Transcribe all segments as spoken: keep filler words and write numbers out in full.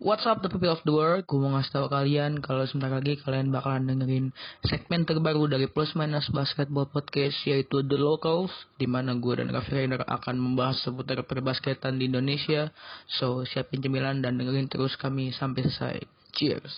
What's up the people of the world? Gue mau ngasih tau kalian kalau sebentar lagi kalian bakalan dengerin segmen terbaru dari Plus Minus Basketball Podcast, yaitu The Locals, di mana gue dan Raffi Rainer akan membahas seputar perbasketan di Indonesia. So siapin cemilan dan dengerin terus kami sampai selesai. Cheers.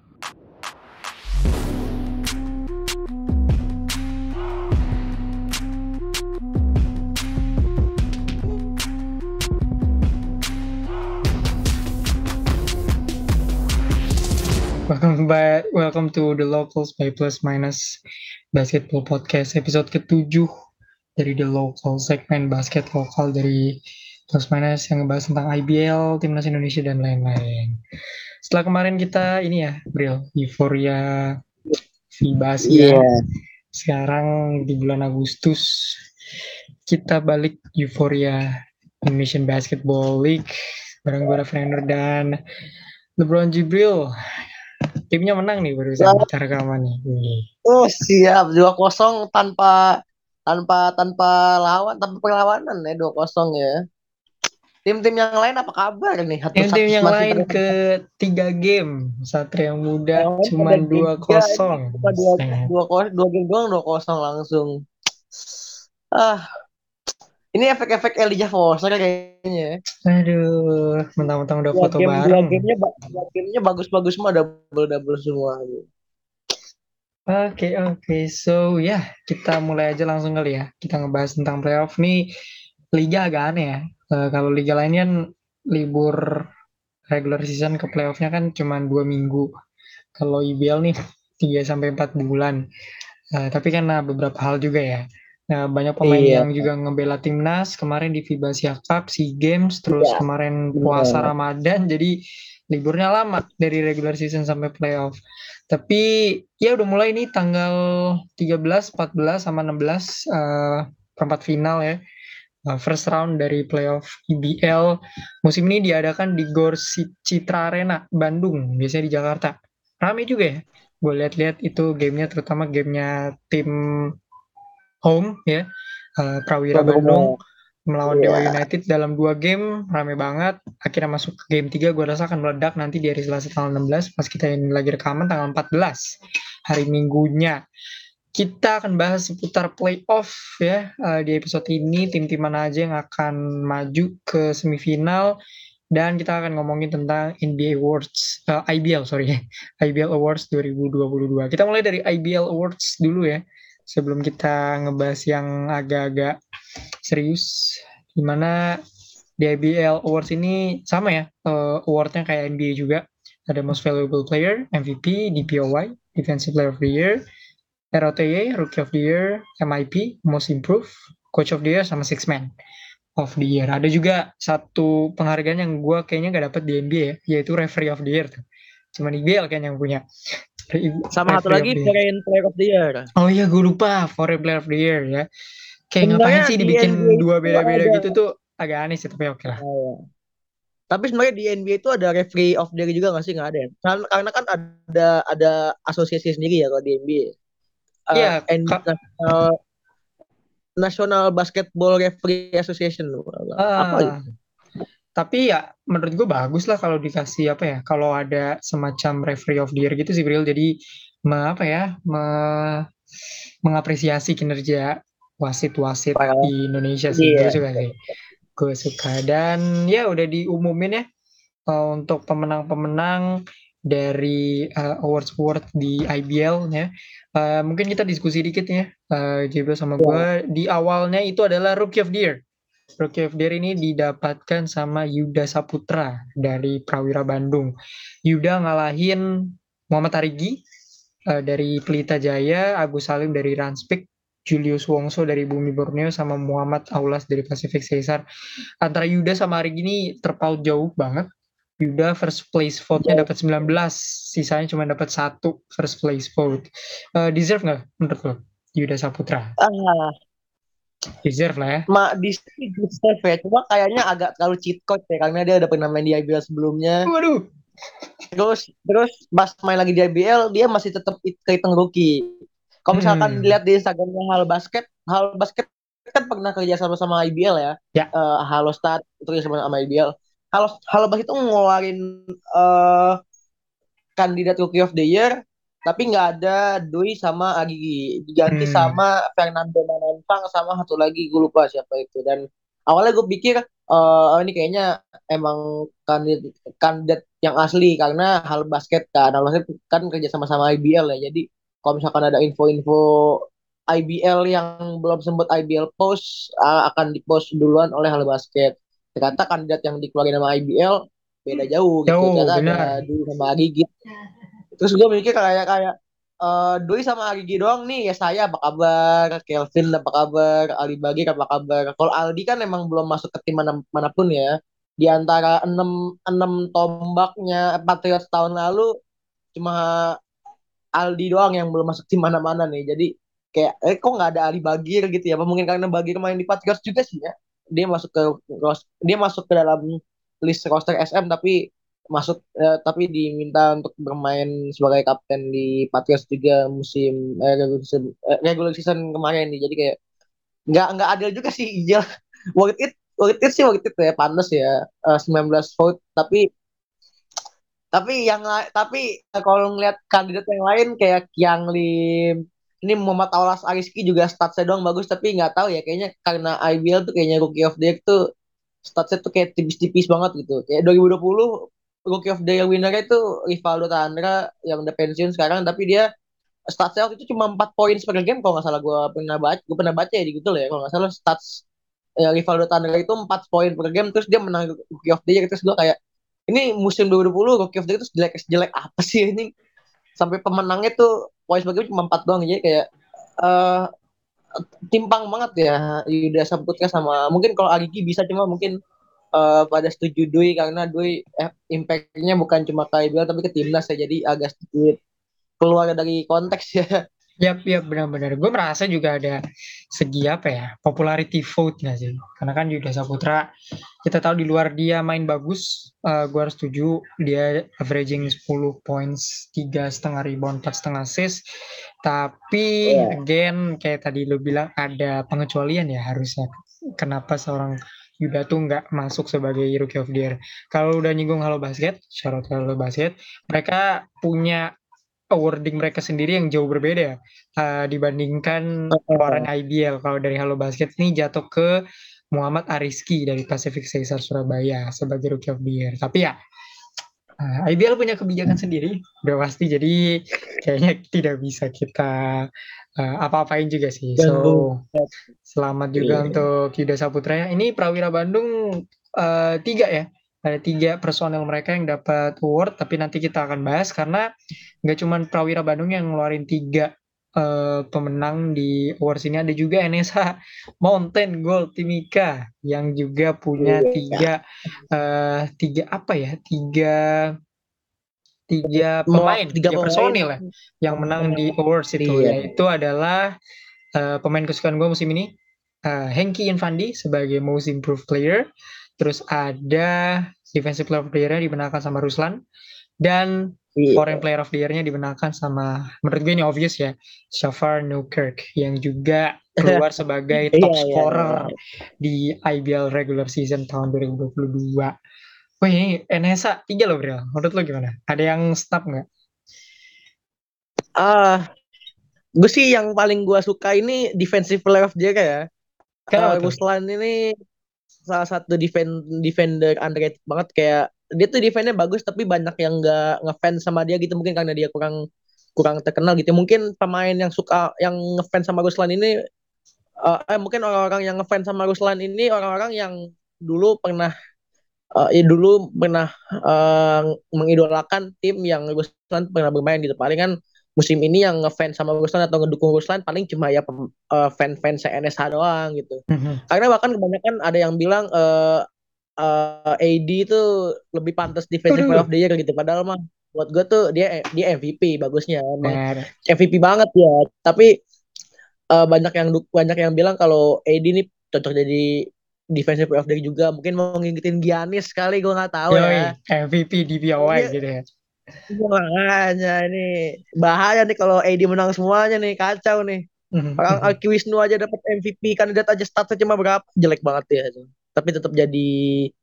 Welcome back, welcome to The Locals by Plus Minus Basketball Podcast episode ketujuh dari The Local, segmen basket lokal dari Plus Minus yang ngebahas tentang I B L, Timnas Indonesia dan lain-lain. Setelah kemarin kita ini ya, Bril, euforia FIBA Asia. Iya. Sekarang di bulan Agustus kita balik euforia Indonesian Basketball League bareng gue Raffi Rainer dan LeBron Jibril. Timnya menang nih barusan kita rekaman nih. Oh siap, dua kosong tanpa tanpa tanpa lawan, tanpa perlawanan ya, dua kosong ya. Tim-tim yang lain apa kabar nih? Tim-tim yang lain ke tiga game, Satria Muda oh, cuma dua kosong. Cuma dua dua kosong, dua game doang dua kosong langsung. Ah, ini efek-efek Elijah Foster kayaknya. Aduh, mentang-mentang udah dua foto game, bareng. Dua gamenya, dua gamenya bagus-bagus semua, double-double semua. Oke okay, oke, okay. So ya yeah, kita mulai aja langsung kali ya. Kita ngebahas tentang playoff nih. Liga agak aneh ya. Uh, kalau liga lain kan libur regular season ke playoffnya kan cuma dua minggu. Kalau I B L nih tiga sampai empat bulan. Uh, tapi karena beberapa hal juga ya. Nah, banyak pemain iya. yang juga ngebela timnas kemarin di FIBA Asia Cup, SEA Games, terus iya. kemarin puasa Benar. Ramadan, jadi liburnya lama dari regular season sampai playoff. Tapi ya udah mulai nih tanggal tiga belas, empat belas, sama enam belas uh, perempat final ya. Uh, first round dari playoff I B L musim ini diadakan di Gor Citra Arena, Bandung, biasanya di Jakarta. Rame juga ya. Gue lihat-lihat itu gamenya, terutama gamenya tim home ya, uh, Prawira Bandung melawan Dewa United dalam dua game, rame banget. Akhirnya masuk ke game tiga, gue rasa akan meledak nanti di hari Selasa tanggal enam belas, pas kita ini lagi rekaman tanggal empat belas, hari Minggunya. Kita akan bahas seputar playoff ya, uh, di episode ini, tim-tim mana aja yang akan maju ke semifinal, dan kita akan ngomongin tentang N B A Awards, uh, I B L sorry, I B L Awards dua ribu dua puluh dua. Kita mulai dari I B L Awards dulu ya, sebelum kita ngebahas yang agak-agak serius, dimana di I B L Awards ini sama ya, uh, awardnya kayak N B A juga. Ada Most Valuable Player, M V P, D P O Y, Defensive Player of the Year, R O T Y, Rookie of the Year, M I P, Most Improved, Coach of the Year, sama Six Man of the Year. Ada juga satu penghargaan yang gue kayaknya gak dapet di N B A ya, yaitu Referee of the Year tuh. Cuma I B L kayaknya yang punya. Sama satu lagi Foreign Player of the Year. Oh iya, gue lupa Foreign Player of the Year ya. Kayak ngapain sih dibikin dua beda-beda ada... gitu tuh agak aneh sih, tapi oke lah. Oh, tapi sebenarnya di N B A itu ada referee of the year juga nggak sih? Nggak ada ya? Karena, karena kan ada ada asosiasi sendiri ya kalau di N B A. Iya. Uh, N- ka- National, National Basketball Referee Association. Uh, apa gitu? Tapi ya menurut gue bagus lah kalau dikasih apa ya, kalau ada semacam referee of the year gitu sih Bril. Jadi me, apa ya, me, mengapresiasi kinerja wasit-wasit Parah. Di Indonesia sih. Iya. Gue suka sih. Gue suka. Dan ya udah diumumin ya uh, untuk pemenang-pemenang dari uh, awards-awards di I B L ya. Uh, mungkin kita diskusi dikit ya, uh, Jibril sama gue. Di awalnya itu adalah Rookie of the Year. Rookie of the Year ini didapatkan sama Yuda Saputra dari Prawira Bandung. Yuda ngalahin Muhammad Arigi uh, dari Pelita Jaya, Agus Salim dari Ranspik, Julius Wongso dari Bumi Borneo, sama Muhammad Aulas dari Pacific Caesar. Antara Yuda sama Arigi ini terpaut jauh banget. Yuda first place vote-nya dapat sembilan belas, sisanya cuma dapat satu first place vote. Uh, deserve nggak menurut lo Yuda Saputra? Ah, deserve lah ya. Ma, deserve ya, cuma kayaknya agak terlalu cheat code ya, karena dia udah pernah main di I B L sebelumnya. Waduh. Terus terus pas main lagi di I B L dia masih tetap kehitung rookie. Kalau misalkan hmm. dilihat di Instagramnya Halo Basket, Halo Basket kan pernah kerja sama sama I B L ya. Ya. Uh, Halo Start itu kerja sama sama I B L. Halo Halo Bas itu ngeluarin eh kandidat Rookie of the Year, tapi nggak ada Doi sama Agigi, diganti Hmm. sama Fernando Manansang sama satu lagi gue lupa siapa itu. Dan awalnya gue pikir eh ini kayaknya emang kandidat kandidat yang asli karena hal basket kan, hal basket kan kerja sama-sama I B L ya. Jadi kalau misalkan ada info-info I B L yang belum sempat I B L post, ah, akan dipost duluan oleh hal basket. Ternyata kandidat yang dikeluarin sama I B L beda jauh gitu. Jauh, Ternyata ada benar. Doi sama Agigi. Terus gue mikir kayak kayak eh Doi sama Arigi doang nih, ya saya apa kabar, Kelvin apa kabar, Ali Bagir apa kabar. Kalau Aldi kan emang belum masuk ke tim mana manapun ya. Di antara enam enam tombaknya Patriots tahun lalu cuma Aldi doang yang belum masuk tim mana-mana nih. Jadi kayak eh kok nggak ada Ali Bagir gitu ya? Apa mungkin karena Bagir main di Patriots juga sih ya. Dia masuk ke dia masuk ke dalam list roster S M tapi masuk eh, tapi diminta untuk bermain sebagai kapten di Patriots juga musim eh, regular season, eh, regular season kemarin nih. Jadi kayak nggak nggak adil juga sih Ijal. Worth it worth it sih worth it ya, pantas ya, eh, sembilan belas vote tapi tapi yang la- tapi eh, kalau ngeliat kandidat yang lain kayak Kiang Lim, ini Muhammad Aulas Ariski juga statsnya doang bagus tapi nggak tahu ya, kayaknya karena I B L tuh kayaknya Rookie of the Year tuh statsnya tuh kayak tipis-tipis banget gitu. Kayak dua ribu dua puluh Rookie of the Year winner itu Rivaldo Tandra yang udah pensiun sekarang, tapi dia statsnya waktu itu cuma empat poin per game kalau nggak salah. Gue pernah baca gue pernah baca ya di Google ya, kalau nggak salah stats ya, Rivaldo Tandra itu empat poin per game terus dia menang Rookie of the Year. Terus gue kayak ini musim dua ribu dua puluh Rookie of the Year itu jelek jelek apa sih ini, sampai pemenangnya tuh poin per game cuma empat doang. Jadi kayak eh timpang banget ya Yuda Saputra sama mungkin kalau Arigi bisa, cuma mungkin eh, pada setuju Dwi karena Dwi eh, impact-nya bukan cuma ke I B L tapi ke timnas ya, jadi agak sedikit keluar dari konteks ya. Yap, yap, benar-benar. Gue merasa juga ada segi apa ya, popularity vote nggak sih? Karena kan Yuda Saputra, kita tahu di luar dia main bagus, uh, gue harus setuju. Dia averaging sepuluh points, tiga setengah rebound, empat setengah assist. Tapi, Iya. again, kayak tadi lo bilang, ada pengecualian ya harusnya. Kenapa seorang Yuda tuh nggak masuk sebagai Rookie of the Year? Kalau udah nyinggung Halo Basket, shout out Halo Basket, mereka punya awarding mereka sendiri yang jauh berbeda ya, uh, dibandingkan orang Heeh. I B L. Kalau dari Halo Basket ini jatuh ke Muhammad Ariski dari Pacific Caesar Surabaya sebagai Rookie of the Year. Tapi ya, uh, I B L punya kebijakan sendiri, udah pasti. Jadi kayaknya tidak bisa kita uh, apa-apain juga sih. So, Ganggu. selamat juga Iya. untuk Yuda Saputra ya. Ini Prawira Bandung uh, tiga ya. Ada tiga personel mereka yang dapat award, tapi nanti kita akan bahas karena nggak cuma Prawira Bandung yang ngeluarin tiga uh, pemenang di awards ini, ada juga N S H Mountain Gold Timika yang juga punya Iya. tiga uh, tiga apa ya tiga tiga Mau pemain tiga tiga pemain. personil ya yang menang di awards itu, Iya. yaitu adalah uh, pemain kesukaan gue musim ini, uh, Hengki Infandi sebagai Most Improved Player, terus ada Defensive Player of the Year-nya dimenangkan sama Ruslan, dan Foreign Iya. Player of the Year-nya dimenangkan sama, menurut gue ini obvious ya, Shafar Newkirk yang juga keluar sebagai Iya, top iya, iya. scorer di I B L regular season tahun dua ribu dua puluh dua. Wah, ini N S A tiga loh, Bro. Menurut lo gimana? Ada yang snap nggak? Ah, gue sih yang paling gue suka ini defensive player of the year ya. Eh, Kenapa tuh? Ruslan ini salah satu defend defender underrated banget. Kayak dia tuh defense-nya bagus tapi banyak yang nggak ngefans sama dia gitu, mungkin karena dia kurang kurang terkenal gitu. Mungkin pemain yang suka yang ngefans sama Ruslan ini eh, eh, mungkin orang-orang yang ngefans sama Ruslan ini orang-orang yang dulu pernah eh, ya dulu pernah eh, mengidolakan tim yang Ruslan pernah bermain gitu. Paling kan musim ini yang ngefans sama Ruslan atau ngedukung Ruslan paling cuma ya pem- eh, fan-fans N S H doang gitu. Karena bahkan kebanyakan ada yang bilang eh eh, A D itu lebih pantas defensive player Aduh. of the year gitu. Padahal mah buat gue tuh dia dia M V P bagusnya, emang Nah, M V P banget ya. Tapi eh, banyak yang banyak yang bilang kalau A D ini cocok jadi defensive player of the year juga. Mungkin mau ngingetin Giannis sekali, gue nggak tahu yoi, ya. M V P D P O Y Soalnya gitu ya. makanya ini bahaya nih kalau A D menang semuanya nih, kacau nih. Orang Aki Wisnu aja dapat M V P, kandidat aja statsnya cuma berapa, jelek banget ya itu. Tapi tetap jadi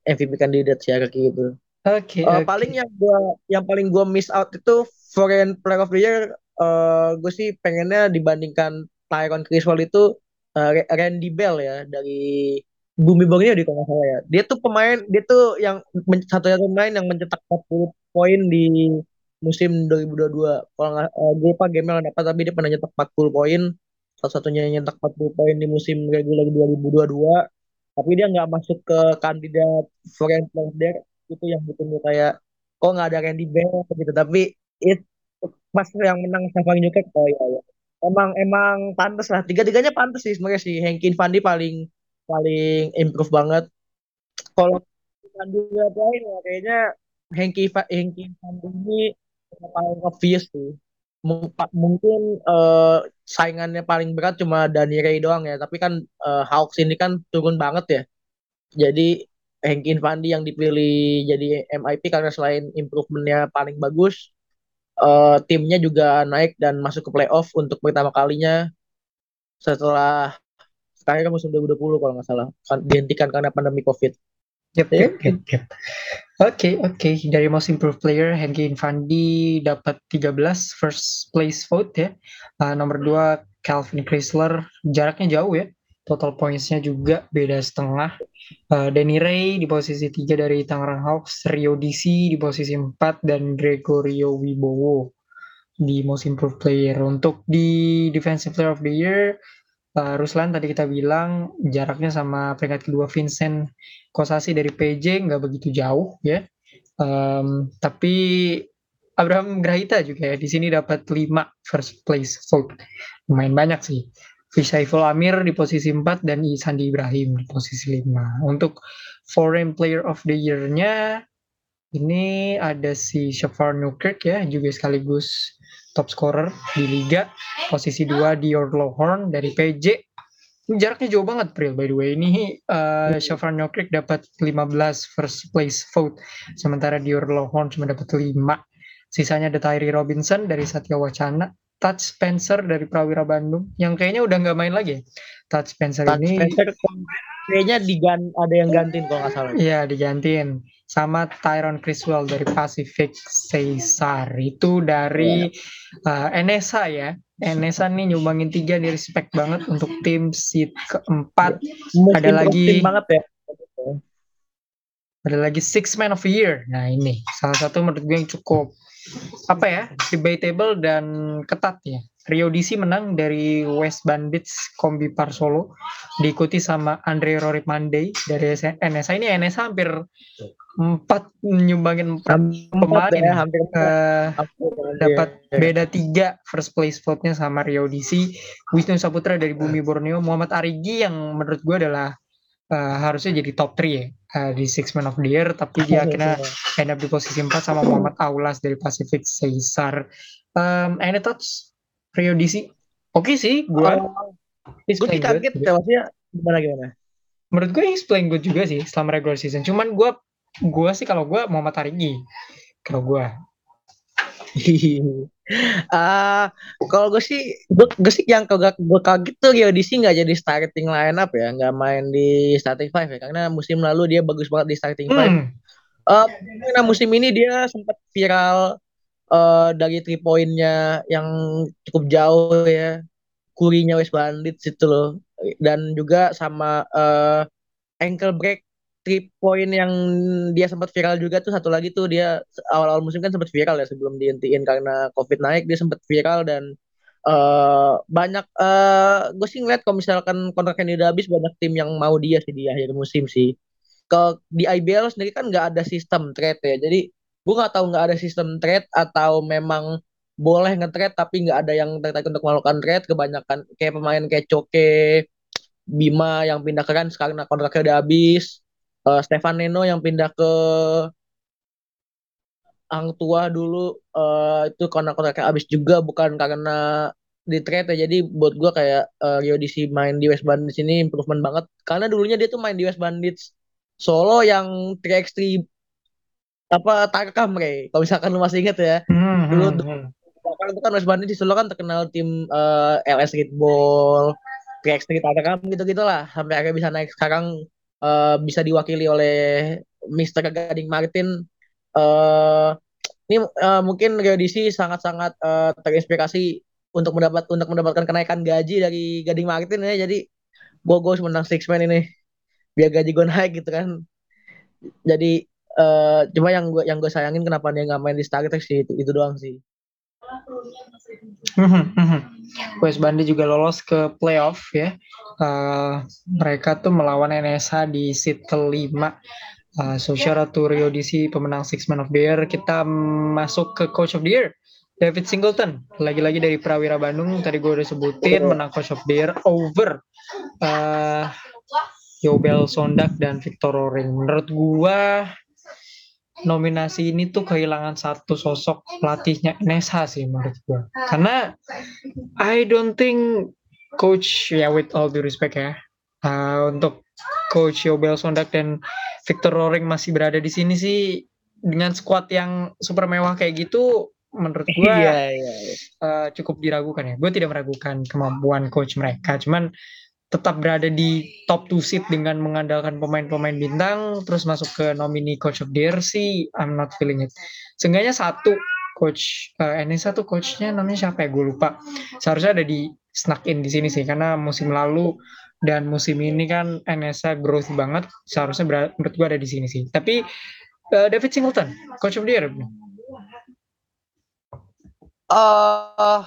M V P kandidat sih kayak gitu. Oke, Uh, oke. paling yang gua yang paling gua miss out itu Foreign Player of the Year. Uh, gue sih pengennya dibandingkan Tyron Criswell itu uh, Randy Bell ya dari Bumi Borneo di kalau nggak salah ya. Dia tuh pemain, dia tuh yang men- satu-satunya pemain yang mencetak empat puluh poin di musim dua ribu dua puluh dua. Kalau nggak, uh, gue lupa game yang dapat tapi dia pernah nyetak empat puluh poin. Satu-satunya yang nyetak empat puluh poin di musim regular dua ribu dua puluh dua. Tapi dia nggak masuk ke kandidat Foreign Player of the Year itu yang bikin gue kayak kok nggak ada Randy Bell gitu. Tapi it, pas yang menang Stefan Newkirk, oh iya ya. Emang emang pantas lah. Tiga-tiganya pantas sih sebenarnya sih. Henkin Fandi paling paling improve banget. Kalau kandidat lain ya kayaknya Hengki Fa- Hengki Fandi ini yang paling obvious sih. Mung- pa- Mungkin eh, saingannya paling berat cuma Danny Ray doang ya. Tapi kan eh, Hawks ini kan turun banget ya. Jadi Hengki Fandi yang dipilih jadi M I P karena selain improvementnya paling bagus, eh, timnya juga naik dan masuk ke playoff untuk pertama kalinya setelah terakhir musim dua ribu dua puluh kalau nggak salah kan dihentikan karena pandemi COVID. Yep, Ya, yep, yep, yep. Oke, oke. Dari Most Improved Player, Henki Infandi dapat tiga belas first place vote ya. Uh, nomor dua Calvin Chrysler, jaraknya jauh ya. Total points-nya juga beda setengah. Uh, Danny Ray di posisi tiga dari Tangerang Hawks, Rio D C di posisi empat, dan Gregorio Wibowo di Most Improved Player. Untuk di Defensive Player of the Year, uh, Ruslan tadi kita bilang jaraknya sama peringkat kedua Vincent Kosasi dari P J nggak begitu jauh ya. Um, tapi Abraham Grahita juga ya di sini dapat lima first place vote. Lumayan banyak sih. Fishaiful Amir di posisi empat dan Sandi Ibrahim di posisi lima. Untuk Foreign Player of the Year-nya ini ada si Shafar Newkirk ya, juga sekaligus top scorer di liga. Posisi dua Dior Lohorn dari P J. Ini jaraknya jauh banget, Pril, by the way. Ini uh, Shafar Newkirk dapat lima belas first place vote, sementara Dior Lohorn cuma dapat lima. Sisanya ada Tyree Robinson dari Satya Wacana, Touch Spencer dari Prawira Bandung, yang kayaknya udah nggak main lagi ya. Touch Spencer Touch ini Spencer kayaknya digan ada yang gantiin kalau nggak salah. ya digantiin sama Tyron Criswell dari Pacific Caesar. Itu dari uh, N S A ya. N S A nih nyumbangin tiga, di respect banget untuk tim seat keempat. Most Ada improved team lagi banget ya. ada lagi Six Man of the Year. Nah ini salah satu menurut gue yang cukup apa ya, debatable dan ketat ya. Rio D C menang dari West Bandits Kombi Parsolo, diikuti sama Andre Rory Monday dari N S A. Ini N S A hampir empat nyumbangin empat Empat pemain ya, nih. hampir empat. Uh, Hampir, dapat ya. beda tiga first place vote-nya sama Rio D C, Wisnu Saputra dari Bumi Borneo, Muhammad Arigi yang menurut gue adalah uh, harusnya jadi top tiga ya uh, di Six Man of the Year, tapi dia akhirnya end up di posisi empat sama Muhammad Aulas dari Pacific Caesar. Um, any thoughts Rio D C? Oke okay sih, gue Uh, gue sih kaget ya, maksudnya gimana gimana? Menurut gue he's playing good juga sih selama regular season. Cuman gue gue sih kalau gue Muhammad Arigi kalau gue. Ah, kalau gue sih, gue, gue sih yang kagak gue kaget tuh Rio D C nggak jadi starting line up ya, nggak main di starting five ya, karena musim lalu dia bagus banget di starting five. Hmm. Uh, karena musim ini dia sempat viral uh, dari three pointnya yang cukup jauh ya, kurinya West Bandits itu loh, dan juga sama uh, ankle break three point yang dia sempat viral juga tuh satu lagi tuh dia awal-awal musim kan sempat viral ya sebelum dihentiin karena COVID naik dia sempat viral dan uh, banyak uh, gue sih ngeliat kalau misalkan kontraknya udah habis banyak tim yang mau dia sih di akhir musim sih. Ke di I B L sendiri kan nggak ada sistem trade ya jadi gue nggak tahu nggak ada sistem trade atau memang boleh nge-trade tapi nggak ada yang tertarik untuk melakukan trade kebanyakan kayak pemain kayak Coke Bima yang pindah ke kan sekarang kontraknya udah habis. Uh, Stefan Neno yang pindah ke Hang Tua dulu uh, itu karena kontraknya habis juga bukan karena di trade ya. Jadi buat gue kayak uh, Rio D C main di West Bandits ini improvement banget karena dulunya dia tuh main di West Bandits Solo yang tiga kali tiga apa Tarkam kayak kalau misalkan lu masih inget ya. Hmm, Dulu hmm, hmm. kan itu kan West Bandits di Solo kan terkenal tim uh, L S Streetball, tiga kali tiga Tarkam gitu-gitulah sampai akhirnya bisa naik sekarang uh, bisa diwakili oleh mister Gading Martin. Uh, ini uh, mungkin Rio D C sangat-sangat uh, terinspirasi untuk mendapat untuk mendapatkan kenaikan gaji dari Gading Martin ya. Jadi gue gue menang six man ini biar gaji gue naik gitu kan. Jadi uh, cuma yang gue yang gue sayangin kenapa dia nggak main di StarTech sih itu, itu doang sih. West Bandit juga lolos ke playoff ya. Uh, mereka tuh melawan N S H di seat kelima. Uh, so shout out to Rio D C pemenang Six Man of the Year. Kita masuk ke Coach of the Year. David Singleton, lagi-lagi dari Prawira Bandung. Tadi gue udah sebutin menang Coach of the Year over uh, Yobel Sondak dan Victor Roring. Menurut gue nominasi ini tuh kehilangan satu sosok pelatihnya N S H sih menurut gue. Karena I don't think coach ya with all due respect ya uh, untuk coach Yobel Sondak dan Victor Roring masih berada di sini sih dengan squad yang super mewah kayak gitu menurut gue yeah, yeah. Uh, cukup diragukan ya. Gue tidak meragukan kemampuan coach mereka, cuman tetap berada di top two seat dengan mengandalkan pemain-pemain bintang terus masuk ke nomini coach of the year sih I'm not feeling it. Seenggaknya satu coach uh, ini satu coachnya namanya siapa ya gue lupa. Seharusnya ada di snuck in di sini sih karena musim lalu dan musim ini kan N S A growth banget. Seharusnya ber- menurut gue ada di sini sih. Tapi uh, David Singleton coach of the year. Uh,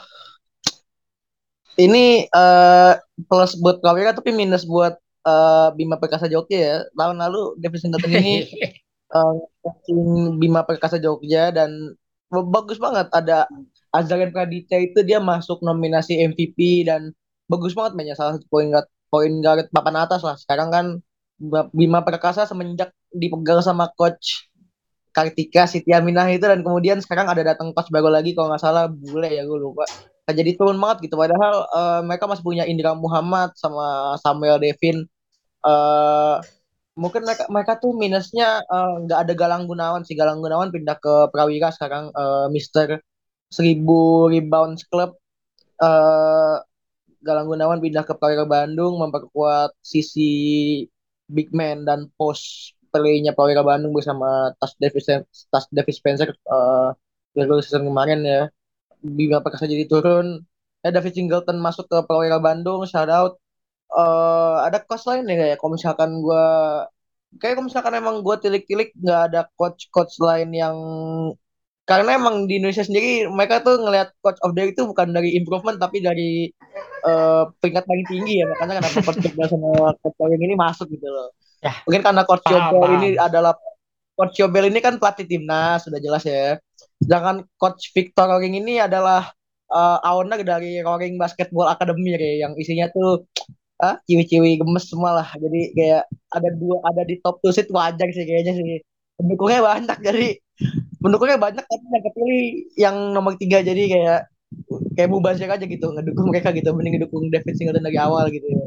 ini uh, plus buat Prawira tapi minus buat uh, Bima Perkasa Jogja ya. Tahun lalu David Singleton ini uh, Bima Perkasa Jogja dan bagus banget. Ada Azarian Praditya itu dia masuk nominasi M V P dan bagus banget mainnya, salah satu poin guard poin guard papan atas lah. Sekarang kan Bima Perkasa semenjak dipegang sama coach Kartika Sitiaminah itu dan kemudian sekarang ada datang coach baru lagi kalau nggak salah bule ya gue lupa. Nah, jadi turun banget gitu padahal uh, mereka masih punya Indra Muhammad sama Samuel Devin. Uh, mungkin mereka mereka tuh minusnya nggak uh, ada Galang Gunawan sih. Galang Gunawan pindah ke Prawira sekarang uh, mister Seribu Rebounds Club. Uh, Galang Gunawan pindah ke Prawira Bandung memperkuat sisi big man dan post playnya Prawira Bandung bersama Tas Davis Tas Davis Spencer uh, regular season kemarin ya. Bima Perkasa jadi turun. Ya David Singleton masuk ke Prawira Bandung, shout out. Uh, ada coach lain ya kayak kalau misalkan gue kayak kalau misalkan emang gue tilik-tilik nggak ada coach-coach lain yang karena emang di Indonesia sendiri mereka tuh ngelihat coach of the year itu bukan dari improvement tapi dari uh, peringkat paling tinggi ya, makanya kenapa coach Jobel sama coach Jobel ini masuk gitu loh. Ya, mungkin karena coach Jobel ini adalah coach Jobel ini kan pelatih timnas sudah jelas ya. Sedangkan coach Victor Roring ini adalah uh, owner dari Roring Basketball Academy ya, yang isinya tuh ah ciwi-ciwi gemes semua lah. Jadi kayak ada dua ada di top two seat wajar sih kayaknya sih. Pendukungnya banyak jadi pendukungnya banyak tapi yang kepilih yang nomor tiga jadi kayak kayak mubazir aja gitu ngedukung mereka gitu, mending ngedukung David Singleton dari awal gitu ya.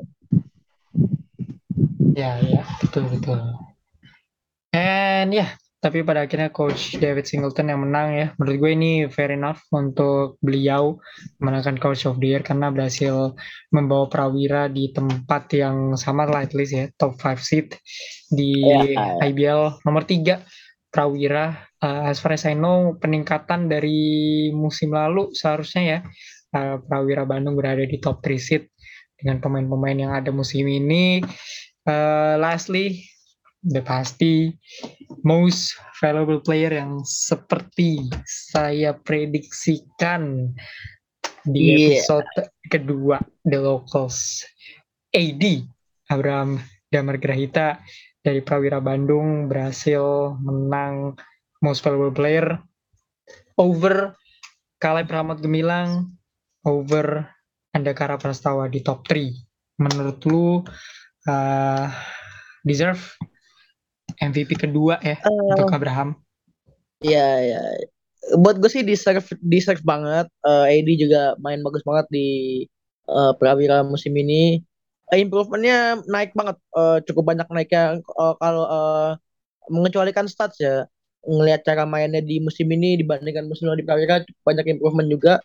Ya ya betul betul. And ya yeah, tapi pada akhirnya coach David Singleton yang menang ya. Menurut gue ini fair enough untuk beliau menangkan coach of the year karena berhasil membawa Prawira di tempat yang sama lah at least ya, top five seat di yeah, yeah. I B L nomor tiga. Prawira uh, as far as I know peningkatan dari musim lalu seharusnya ya. uh, Prawira Bandung berada di top three seat dengan pemain-pemain yang ada musim ini. Uh, lastly udah pasti most valuable player yang seperti saya prediksikan di yeah. episode kedua The Locals, A D Abraham Damar Grahita dari Prawira Bandung berhasil menang most valuable player over Caleb Rahmat Gemilang, over Andakara Prastawa di top three. Menurut lu uh, deserve M V P kedua ya uh, untuk Abraham? Iya ya. Buat gue sih deserve deserve banget. Uh, A D juga main bagus banget di uh, Prawira musim ini. Uh, improvementnya naik banget. Uh, cukup banyak naiknya uh, kalau uh, mengecualikan stats ya. Ngelihat cara mainnya di musim ini dibandingkan musim lalu di Prawira cukup banyak improvement juga.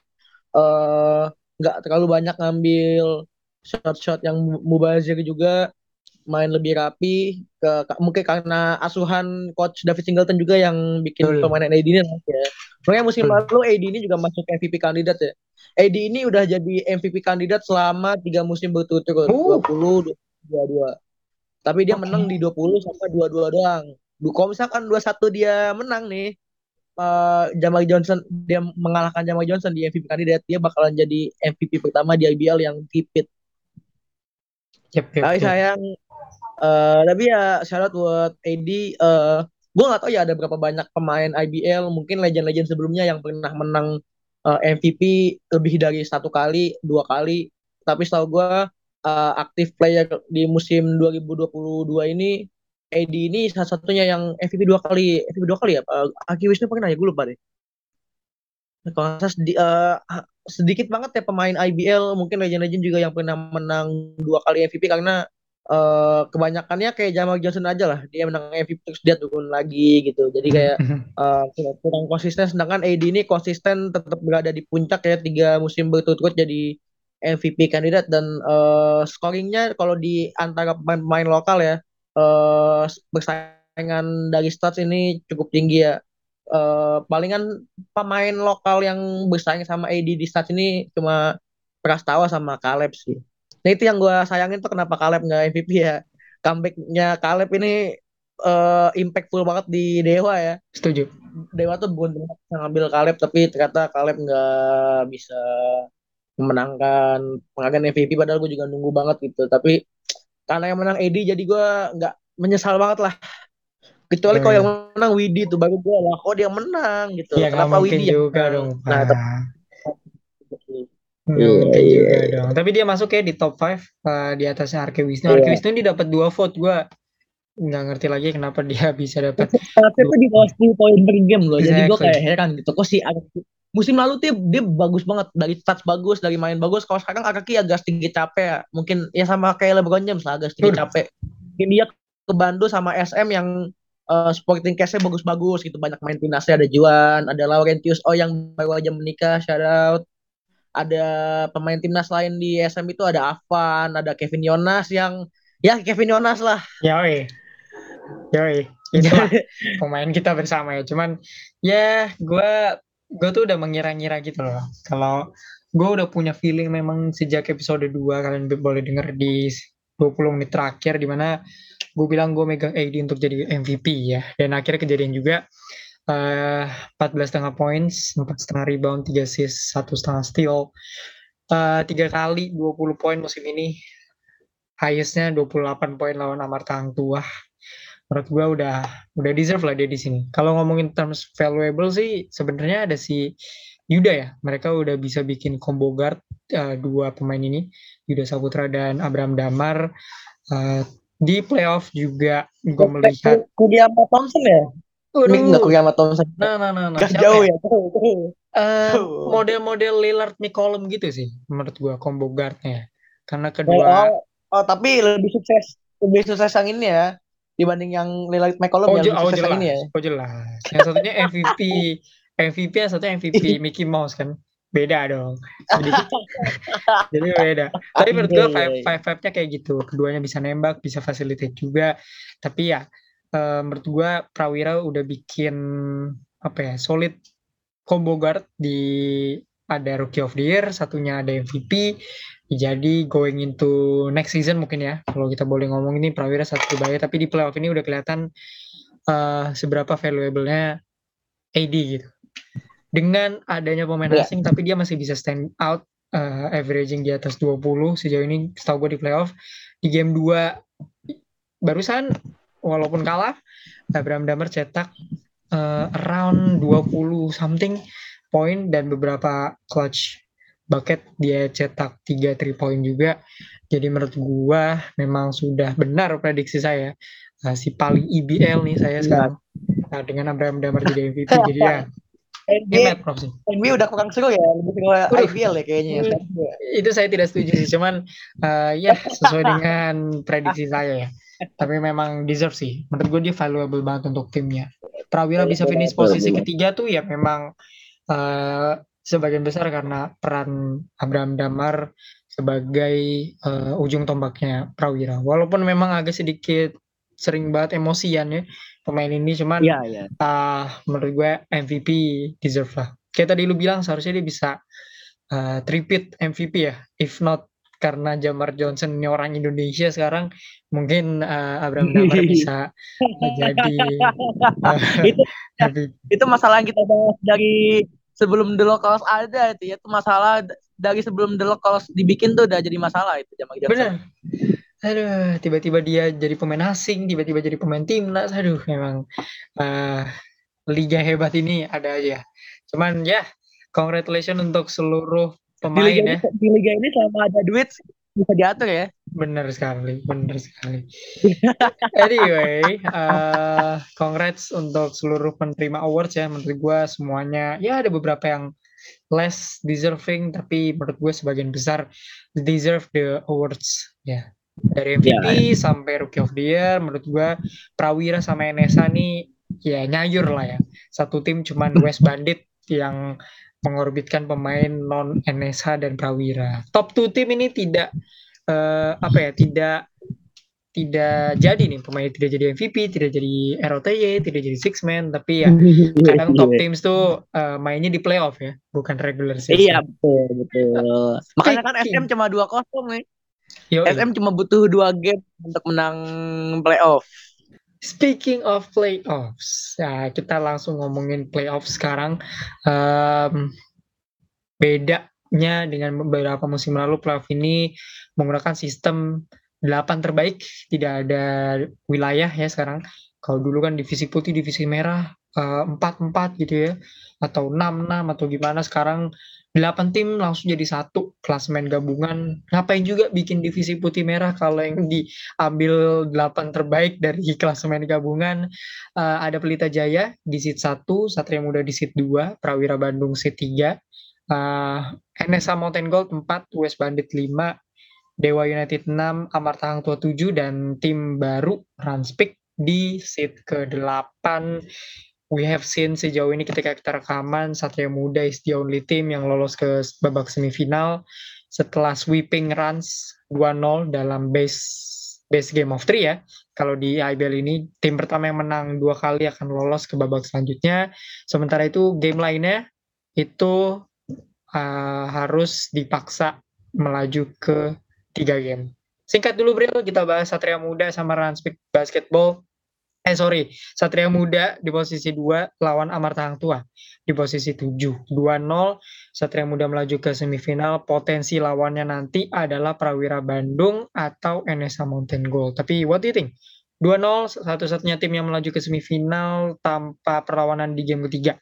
Nggak uh, terlalu banyak ngambil shot-shot yang mubazir juga. main lebih rapi ke ka- mungkin karena asuhan coach David Singleton juga yang bikin Betul. permainan A D ini naik ya. Makanya musim Betul. lalu A D ini juga masuk M V P kandidat ya. A D ini udah jadi M V P kandidat selama tiga musim berturut-turut, Uh, dua puluh, dua puluh dua. Tapi dia oke. menang di dua puluh sama dua puluh dua doang. Du- Kalau misalkan dua satu dia menang nih, eh, Jamal Johnson dia mengalahkan Jamal Johnson di M V P kandidat, dia bakalan jadi M V P pertama di I B L yang repeat. Yep, yep, Tapi yep. sayang, eh tapi ya syarat buat A D, eh gue nggak tahu ya ada berapa banyak pemain I B L, mungkin legend-legend sebelumnya yang pernah menang eh, M V P lebih dari satu kali, dua kali. Tapi setahu gue eh, aktif player di musim dua ribu dua puluh dua ini, A D ini salah satunya yang M V P dua kali, M V P dua kali ya. Uh, Aki Wisnu pernah ya, gue lupa deh. Kalau nggak salah sedi- eh, sedikit banget ya pemain I B L, mungkin legend-legend juga yang pernah menang dua kali M V P karena eh, kebanyakannya kayak Jamal Johnson aja lah, dia menang M V P terus dia turun lagi gitu. Jadi kayak eh, kurang konsisten, sedangkan A D ini konsisten tetap berada di puncak ya, tiga musim berturut-turut jadi M V P kandidat. Dan eh, scoringnya kalau di antara pemain-pemain lokal ya, eh, persaingan dari stats ini cukup tinggi ya. Eh, palingan pemain lokal yang bersaing sama A D di stats ini cuma Prastawa sama Caleb sih. Nah itu yang gue sayangin tuh, kenapa Caleb nggak M V P ya. Comebacknya Caleb ini eh, impactful banget di Dewa ya. Setuju. Dewa tuh beruntung banget bisa ngambil Caleb, tapi ternyata Caleb nggak bisa memenangkan penghargaan M V P, padahal gue juga nunggu banget gitu. Tapi karena yang menang A D jadi gue nggak menyesal banget lah. Kecuali Ya, kalau yang ya. menang Widi tuh baru gue lah, kok dia menang gitu. Ya nggak Kenapa mungkin Widi yang juga menang? dong, Nah, tapi Pak. Nggak iya mungkin iya juga iya. dong. Tapi dia masuk ya di top lima uh, di atasnya Arke Wisnu. Arke Iya. Wisnu ini dapat dua vote. Gue nggak ngerti lagi kenapa dia bisa dapat Tapi dua itu di bawah vote. sepuluh poin per game loh. Jadi gue kayak Exactly. heran gitu. Kok sih Agaki- musim lalu tuh dia bagus banget, dari stats bagus, dari main bagus. Kalau sekarang Agaki agak sedikit capek ya. Mungkin ya sama kayak LeBron James lah, agak sedikit Waduh. capek. Mungkin dia kebantu sama S M yang eh, supporting cast-nya bagus-bagus gitu. Banyak main timnasnya, ada Juan, ada Laurentius Oh yang baru aja menikah, shout out. Ada pemain timnas lain di S M itu, ada Avan, ada Kevin Yonas yang ya Kevin Yonas lah. Yoi. Yoi. Itulah pemain kita bersama ya. Cuman ya gue gue tuh udah mengira-ngira gitu loh. Kalau gue udah punya feeling memang sejak episode dua, kalian boleh denger di dua puluh menit terakhir, dimana gue bilang gue megang A D untuk jadi M V P ya. Dan akhirnya kejadian juga. Uh, empat belas setengah points, empat setengah rebound, tiga assist, satu setengah steal, uh, tiga kali dua puluh poin musim ini. Highestnya dua puluh delapan poin lawan Amarta Hang Tuah. Menurut gue udah udah deserve lah dia di sini. Kalau ngomongin terms valuable sih sebenarnya ada si Yuda ya. Mereka udah bisa bikin combo guard uh, dua pemain ini, Yuda Saputra dan Abraham Damar. Uh, di playoff juga gue melihat. Kuliah sama Thompson ya? Nick nggak Waduh. kuliah sama Thompson? Nah, nah, nah, nah. Gak Siapa jauh ya? ya? Tuh. Uh, Tuh. model-model Lillard McCollum gitu sih menurut gua combo guardnya, karena Oh, kedua. oh, tapi lebih sukses, lebih sukses yang ini ya dibanding yang Lillard McCollum, Oh, ya je- lebih oh sukses yang ini ya. jelas, oh jelas, yang satunya M V P M V P, yang satunya M V P Mickey Mouse kan, beda dong sedikit. Jadi beda, tapi menurut Iya gua iya five iya. five five nya kayak gitu, keduanya bisa nembak, bisa facilitate juga. Tapi ya uh, menurut gua Prawira udah bikin apa ya, solid combo guard. Di ada Rookie of the Year, satunya ada M V P. Jadi going into next season mungkin ya, kalau kita boleh ngomong, ini Prawira satu kebaya, tapi di playoff ini udah kelihatan uh, seberapa valuable-nya A D gitu. Dengan adanya pemain Iya. asing, tapi dia masih bisa stand out, uh, averaging di atas dua puluh sejauh ini setahu gue di playoff. Di game dua barusan, walaupun kalah, Abraham Damar cetak uh, around dua puluh something poin, dan beberapa clutch bucket, dia cetak tiga three point juga. Jadi menurut gua memang sudah benar prediksi saya, uh, si paling I B L nih saya Benar. sekarang, nah, dengan Abraham Damar jadi M V P. Jadi ya N B A, hemat prof sih. N B A udah kurang seru ya, lebih seru Waduh, I B L ya kayaknya ya. itu saya tidak setuju sih, cuman uh, ya sesuai dengan prediksi saya ya. Tapi memang deserve sih, menurut gue dia valuable banget untuk timnya. Prawira bisa finish posisi ketiga tuh ya memang uh, sebagian besar karena peran Abraham Damar, sebagai uh, ujung tombaknya Prawira. Walaupun memang agak sedikit sering banget emosian ya pemain ini, cuman Iya, iya. uh, menurut gue M V P deserve lah. Kayak tadi lu bilang seharusnya dia bisa uh, tripit M V P ya, if not karena Jamar Johnson ini orang Indonesia sekarang, mungkin uh, Abraham Damar bisa jadi uh, itu M V P. itu masalah yang kita bahas dari sebelum The Locals ada itu ya, itu masalah dari sebelum The Locals dibikin tuh udah jadi masalah itu Jamar Johnson. Bener. Aduh, tiba-tiba dia jadi pemain asing, tiba-tiba jadi pemain timnas. Aduh, memang uh, liga hebat ini ada aja. Cuman ya, congratulations untuk seluruh pemain di liga ya. Ini, di liga ini selama ada duit bisa diatur ya. Bener sekali, bener sekali. Anyway, uh, congrats untuk seluruh penerima awards ya. Menurut gue semuanya, ya ada beberapa yang less deserving, tapi menurut gue sebagian besar deserve the awards ya. Dari M V P yeah. sampai Rookie of the Year, menurut gue Prawira sama N S A nih ya nyayur lah ya. Satu tim cuman West Bandit yang mengorbitkan pemain non N S A dan Prawira. Top two tim ini tidak uh, apa ya, tidak tidak jadi nih pemain, tidak jadi M V P, tidak jadi R O T Y, tidak jadi six man, tapi ya kadang top teams tuh uh, mainnya di playoff ya, bukan regular season. Iya betul betul. Makanya kan S M cuma dua kosong nih. Yoi. S M cuma butuh dua game untuk menang playoff. Speaking of playoffs, ya kita langsung ngomongin playoff sekarang. Um, bedanya dengan beberapa musim lalu, playoff ini menggunakan sistem delapan terbaik, tidak ada wilayah ya sekarang. Kalau dulu kan divisi putih, divisi merah, empat empat gitu ya, atau enam enam atau gimana. Sekarang delapan tim langsung jadi satu klasemen gabungan. Ngapain juga bikin divisi putih merah kalau yang diambil delapan terbaik dari klasemen gabungan. Uh, ada Pelita Jaya di seat satu, Satria Muda di seat dua, Prawira Bandung seat tiga, uh, N S A Mountain Gold empat, West Bandit lima, Dewa United enam, Amarta Hang Tua tujuh, dan tim baru Ranspik di seat ke delapan. We have seen sejauh ini ketika kita rekaman, Satria Muda is the only team yang lolos ke babak semifinal setelah sweeping runs dua nol dalam base base game of three ya. Kalau di I B L ini, tim pertama yang menang dua kali akan lolos ke babak selanjutnya. Sementara itu game lainnya itu uh, harus dipaksa melaju ke tiga game. Singkat dulu Bril, kita bahas Satria Muda sama Ranspik Basketball. Eh sorry, Satria Muda di posisi dua lawan Amarta Hang Tua di posisi tujuh. dua nol Satria Muda melaju ke semifinal. Potensi lawannya nanti adalah Prawira Bandung atau N S A Mountain Gold. Tapi what do you think? dua nol satu-satunya tim yang melaju ke semifinal tanpa perlawanan di game ketiga.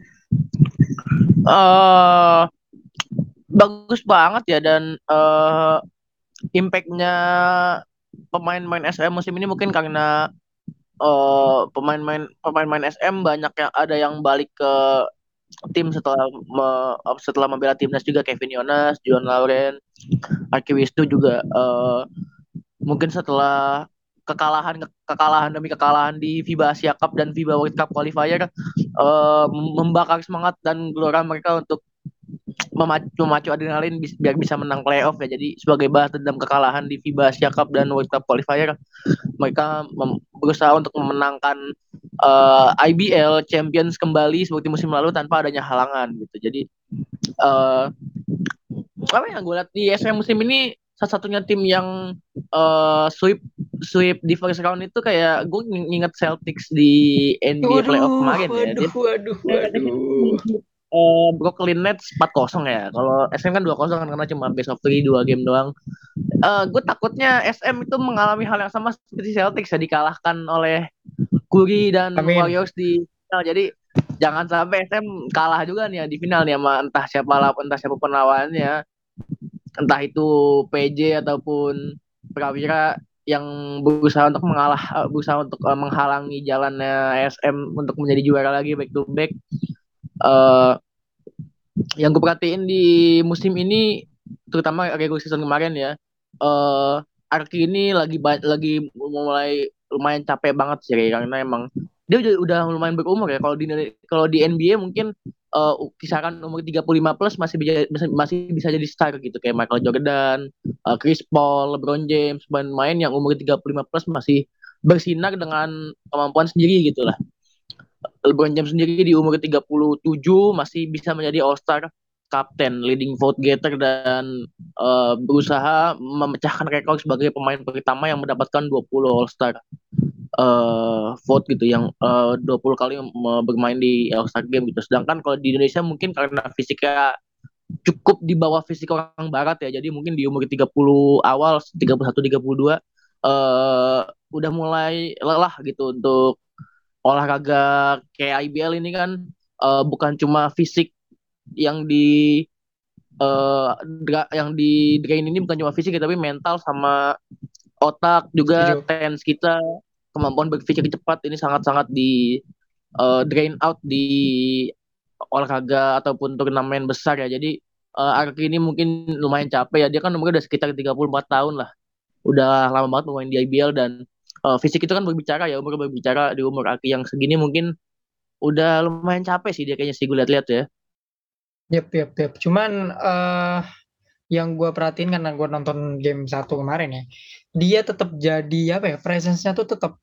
Uh, bagus banget ya, dan uh, impact-nya pemain-pemain S M musim ini mungkin karena Uh, pemain-pemain pemain-pemain S M banyak yang ada yang balik ke tim setelah me, setelah membela timnas juga. Kevin Yonas, John Lauren, Aki Wisnu juga uh, mungkin setelah kekalahan kekalahan demi kekalahan di FIBA Asia Cup dan FIBA World Cup Qualifier uh, membakar semangat dan gelora mereka untuk memacu, memacu adrenalin biar bisa menang playoff ya. Jadi sebagai balas dendam kekalahan di FIBA Asia Cup dan World Cup Qualifier, mereka mem- berusaha untuk memenangkan uh, I B L Champions kembali seperti musim lalu tanpa adanya halangan gitu. Jadi uh, apa yang gue lihat di S M musim ini, salah satunya tim yang uh, sweep sweep di first round itu kayak gue nginget Celtics di N B A waduh, playoff kemarin waduh, ya. Waduh, waduh, waduh. Uh, Brooklyn Nets empat kosong ya. Kalau S M kan dua kosong kan karena cuma best of three, dua game doang. Uh, gue takutnya S M itu mengalami hal yang sama seperti Celtics ya, dikalahkan oleh Curry dan Amin. Warriors di final. Jadi jangan sampai S M kalah juga nih ya di final nih sama entah siapa lah, entah siapa lawannya. Entah itu P J ataupun Prawira yang berusaha untuk mengalah, berusaha untuk uh, menghalangi jalannya S M untuk menjadi juara lagi back to back. Uh, yang gue perhatiin di musim ini, terutama regular season kemarin ya, uh, Arki ini lagi lagi mulai lumayan capek banget sih, karena emang dia udah, udah lumayan berumur ya. Kalau di kalau di N B A mungkin uh, kisaran umur tiga puluh lima plus masih bisa masih bisa jadi star gitu kayak Michael Jordan, uh, Chris Paul, LeBron James, pemain-pemain yang umur tiga puluh lima plus masih bersinar dengan kemampuan sendiri gitu lah. LeBron James sendiri di umur tiga puluh tujuh masih bisa menjadi All Star kapten, leading vote getter dan uh, berusaha memecahkan rekor sebagai pemain pertama yang mendapatkan dua puluh All Star uh, vote gitu yang uh, dua puluh kali bermain di All Star Game gitu. Sedangkan kalau di Indonesia mungkin karena fisiknya cukup di bawah fisik orang barat ya. Jadi mungkin di umur tiga puluh awal, tiga puluh satu tiga puluh dua uh, udah mulai lelah gitu untuk olahraga kayak I B L ini kan uh, bukan cuma fisik yang di uh, dra- yang di drain ini bukan cuma fisik tapi mental sama otak juga Setuju. tense kita kemampuan berpikir cepat ini sangat-sangat di uh, drain out di olahraga ataupun turnamen besar ya. Jadi uh, Arki ini mungkin lumayan capek ya. Dia kan umurnya udah sekitar tiga puluh empat tahun lah. Udah lama banget bermain di I B L dan uh, fisik itu kan berbicara ya, umur berbicara di umur Arki yang segini mungkin udah lumayan capek sih dia kayaknya sih gue lihat-lihat ya. Yep, yep, yep. Cuman uh, yang gue perhatiin karena gue nonton game satu kemarin ya, dia tetap jadi apa ya, presence-nya tuh tetap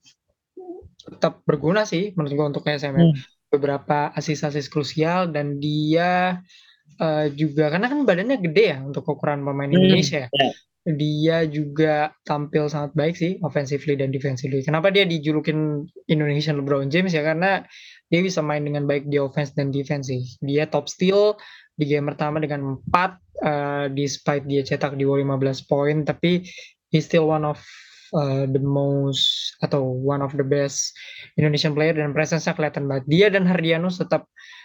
tetap berguna sih menurut gue untuk S M M. Hmm. Beberapa asis-asis krusial dan dia uh, juga karena kan badannya gede ya untuk ukuran pemain Indonesia ya. Yeah. Dia juga tampil sangat baik sih offensively dan defensively. Kenapa dia dijulukin Indonesian LeBron James ya karena dia bisa main dengan baik di offense dan defense sih. Dia top steal di game pertama dengan empat uh, despite dia cetak di bawah lima belas poin tapi he's still one of uh, the most atau one of the best Indonesian player dan presence-nya kelihatan banget. Dia dan Hardianus tetap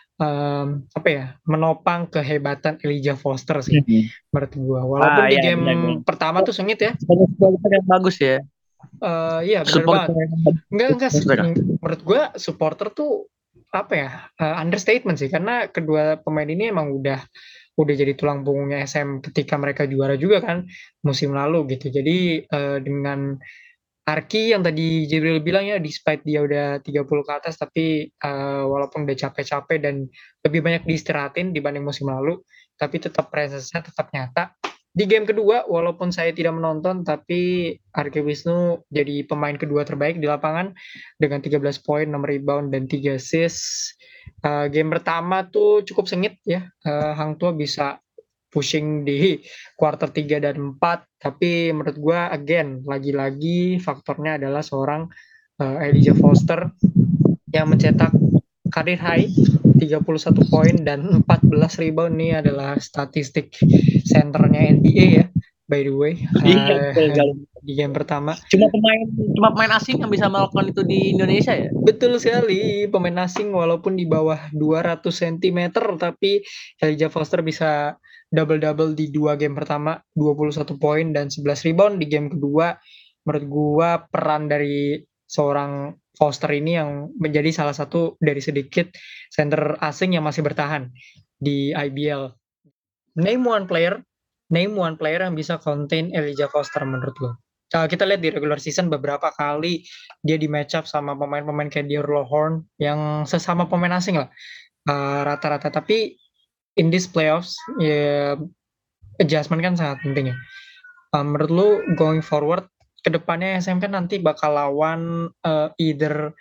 um, apa ya menopang kehebatan Elijah Foster sih hmm. menurut gua. Walaupun ah, di ya, game benar, pertama tuh sengit ya. Supporter yang bagus ya. Uh, iya benar Supporter banget. Enggak enggak menurut gua supporter tuh apa ya uh, understatement sih karena kedua pemain ini emang udah udah jadi tulang punggungnya S M ketika mereka juara juga kan musim lalu gitu. Jadi uh, dengan Arki yang tadi Jibril bilang ya despite dia udah tiga puluh ke atas tapi uh, walaupun udah capek-capek dan lebih banyak diistirahatin dibanding musim lalu tapi tetap presence-nya tetap nyata. Di game kedua walaupun saya tidak menonton tapi Arki Wisnu jadi pemain kedua terbaik di lapangan dengan tiga belas poin, enam rebound dan tiga assist. Uh, game pertama tuh cukup sengit ya. Uh, Hang Tua bisa pushing di kuarter tiga dan empat tapi menurut gue again lagi-lagi faktornya adalah seorang uh, Elijah Foster yang mencetak karir high tiga puluh satu poin dan empat belas rebound. Ini adalah statistik centernya N B A ya by the way uh, di game pertama. Cuma pemain cuma pemain asing yang bisa melakukan itu di Indonesia ya. Betul sekali, pemain asing walaupun di bawah dua ratus sentimeter tapi Elijah Foster bisa double-double di dua game pertama, dua puluh satu poin dan sebelas rebound. Di game kedua menurut gua peran dari seorang Foster ini yang menjadi salah satu dari sedikit center asing yang masih bertahan di I B L. Name one player, name one player yang bisa contain Elijah Foster menurut lo. Uh, kita lihat di regular season beberapa kali dia di match up sama pemain-pemain kayak Dior Lohorn yang sesama pemain asing lah uh, rata-rata. Tapi in this playoffs ya adjustment kan sangat penting ya. Uh, menurut lu going forward kedepannya S M kan nanti bakal lawan uh, either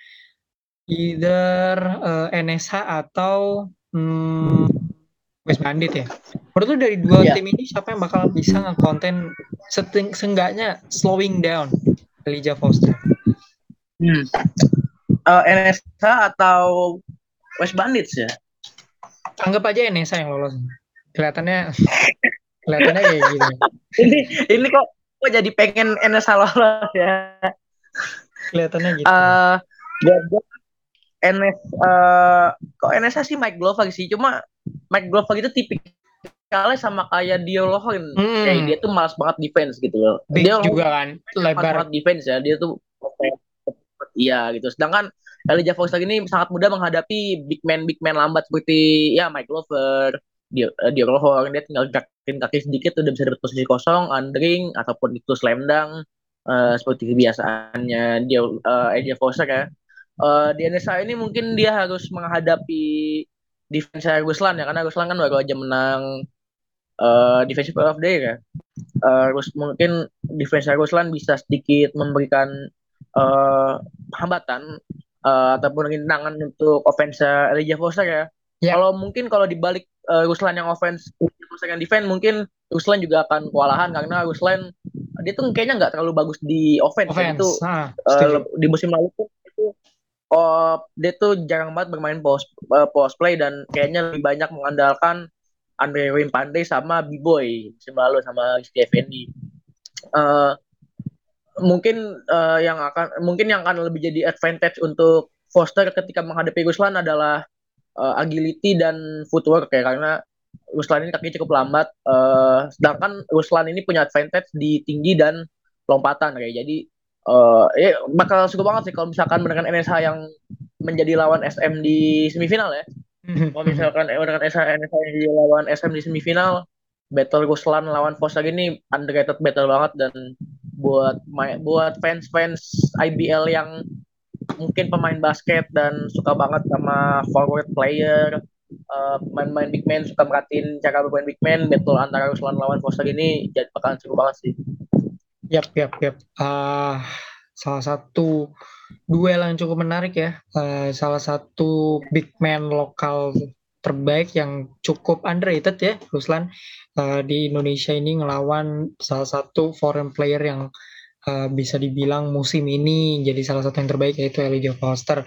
either uh, N S H atau hmm, West Bandit ya. Menurut lu dari dua yeah. tim ini siapa yang bakal bisa nge-contain seenggaknya slowing down Elijah Foster? Hmm. Uh, N S H atau West Bandits ya? Anggap aja N S H yang lolos. Kelihatannya kelihatannya kayak gitu. ini ini kok kok jadi pengen N S H lolos ya? Kelihatannya gitu. Uh, ya, N S uh, kok N S H sih Mike Glover sih, cuma Mike Glover itu tipikalnya sama kayak Dior Lohorn. Hmm. Kayak dia tuh malas banget defense gitu loh. Big dia juga kan, lebar banget defense ya. Dia tuh iya gitu. Sedangkan Elijah Foster ini sangat mudah menghadapi big man big man lambat seperti ya Mike Glover, Dior Dior Lohorn. Dia tinggal gerakin kaki sedikit udah bisa dapat posisi kosong, undering ataupun itu slam dunk uh, seperti kebiasaannya dia uh, Elijah Foster ya. Uh, di N S A ini mungkin dia harus menghadapi defense Ruslan ya, karena Ruslan kan baru aja menang uh, Defensive Player of the Year ya. Uh, Rus, mungkin defense Ruslan bisa sedikit memberikan uh, hambatan uh, ataupun rintangan untuk offense Elijah Foster ya. Ya. Kalau mungkin kalau dibalik uh, Ruslan yang offense, Foster yang defense, mungkin Ruslan juga akan kewalahan karena Ruslan dia tuh kayaknya nggak terlalu bagus di offense, Offense. itu Ah, uh, setuju. di musim lalu tuh itu oh, dia tuh jarang banget bermain post uh, post play dan kayaknya lebih banyak mengandalkan Andre Rimpande sama B-Boy musim lalu sama Rizky Effendi. Uh, mungkin uh, yang akan mungkin yang akan lebih jadi advantage untuk Foster ketika menghadapi Ruslan adalah uh, agility dan footwork ya, karena Ruslan ini kakinya cukup lambat, uh, sedangkan Ruslan ini punya advantage di tinggi dan lompatan kayak. Jadi uh, ya bakal seru banget sih kalau misalkan dengan N S H yang menjadi lawan S M di semifinal ya. Kalau misalkan dengan N S H yang jadi lawan S M di semifinal, battle Ruslan lawan Foster ini underrated battle banget, dan buat buat fans-fans I B L yang mungkin pemain basket dan suka banget sama forward player, uh, main-main big man, suka merhatiin cara bermain big man, battle antara Ruslan lawan Foster ini jadi bakalan seru banget sih. Yap, yap, yap. Uh, salah satu duel yang cukup menarik ya. Uh, salah satu big man lokal terbaik yang cukup underrated ya, Ruslan uh, di Indonesia ini ngelawan salah satu foreign player yang uh, bisa dibilang musim ini jadi salah satu yang terbaik, yaitu Elijah Foster.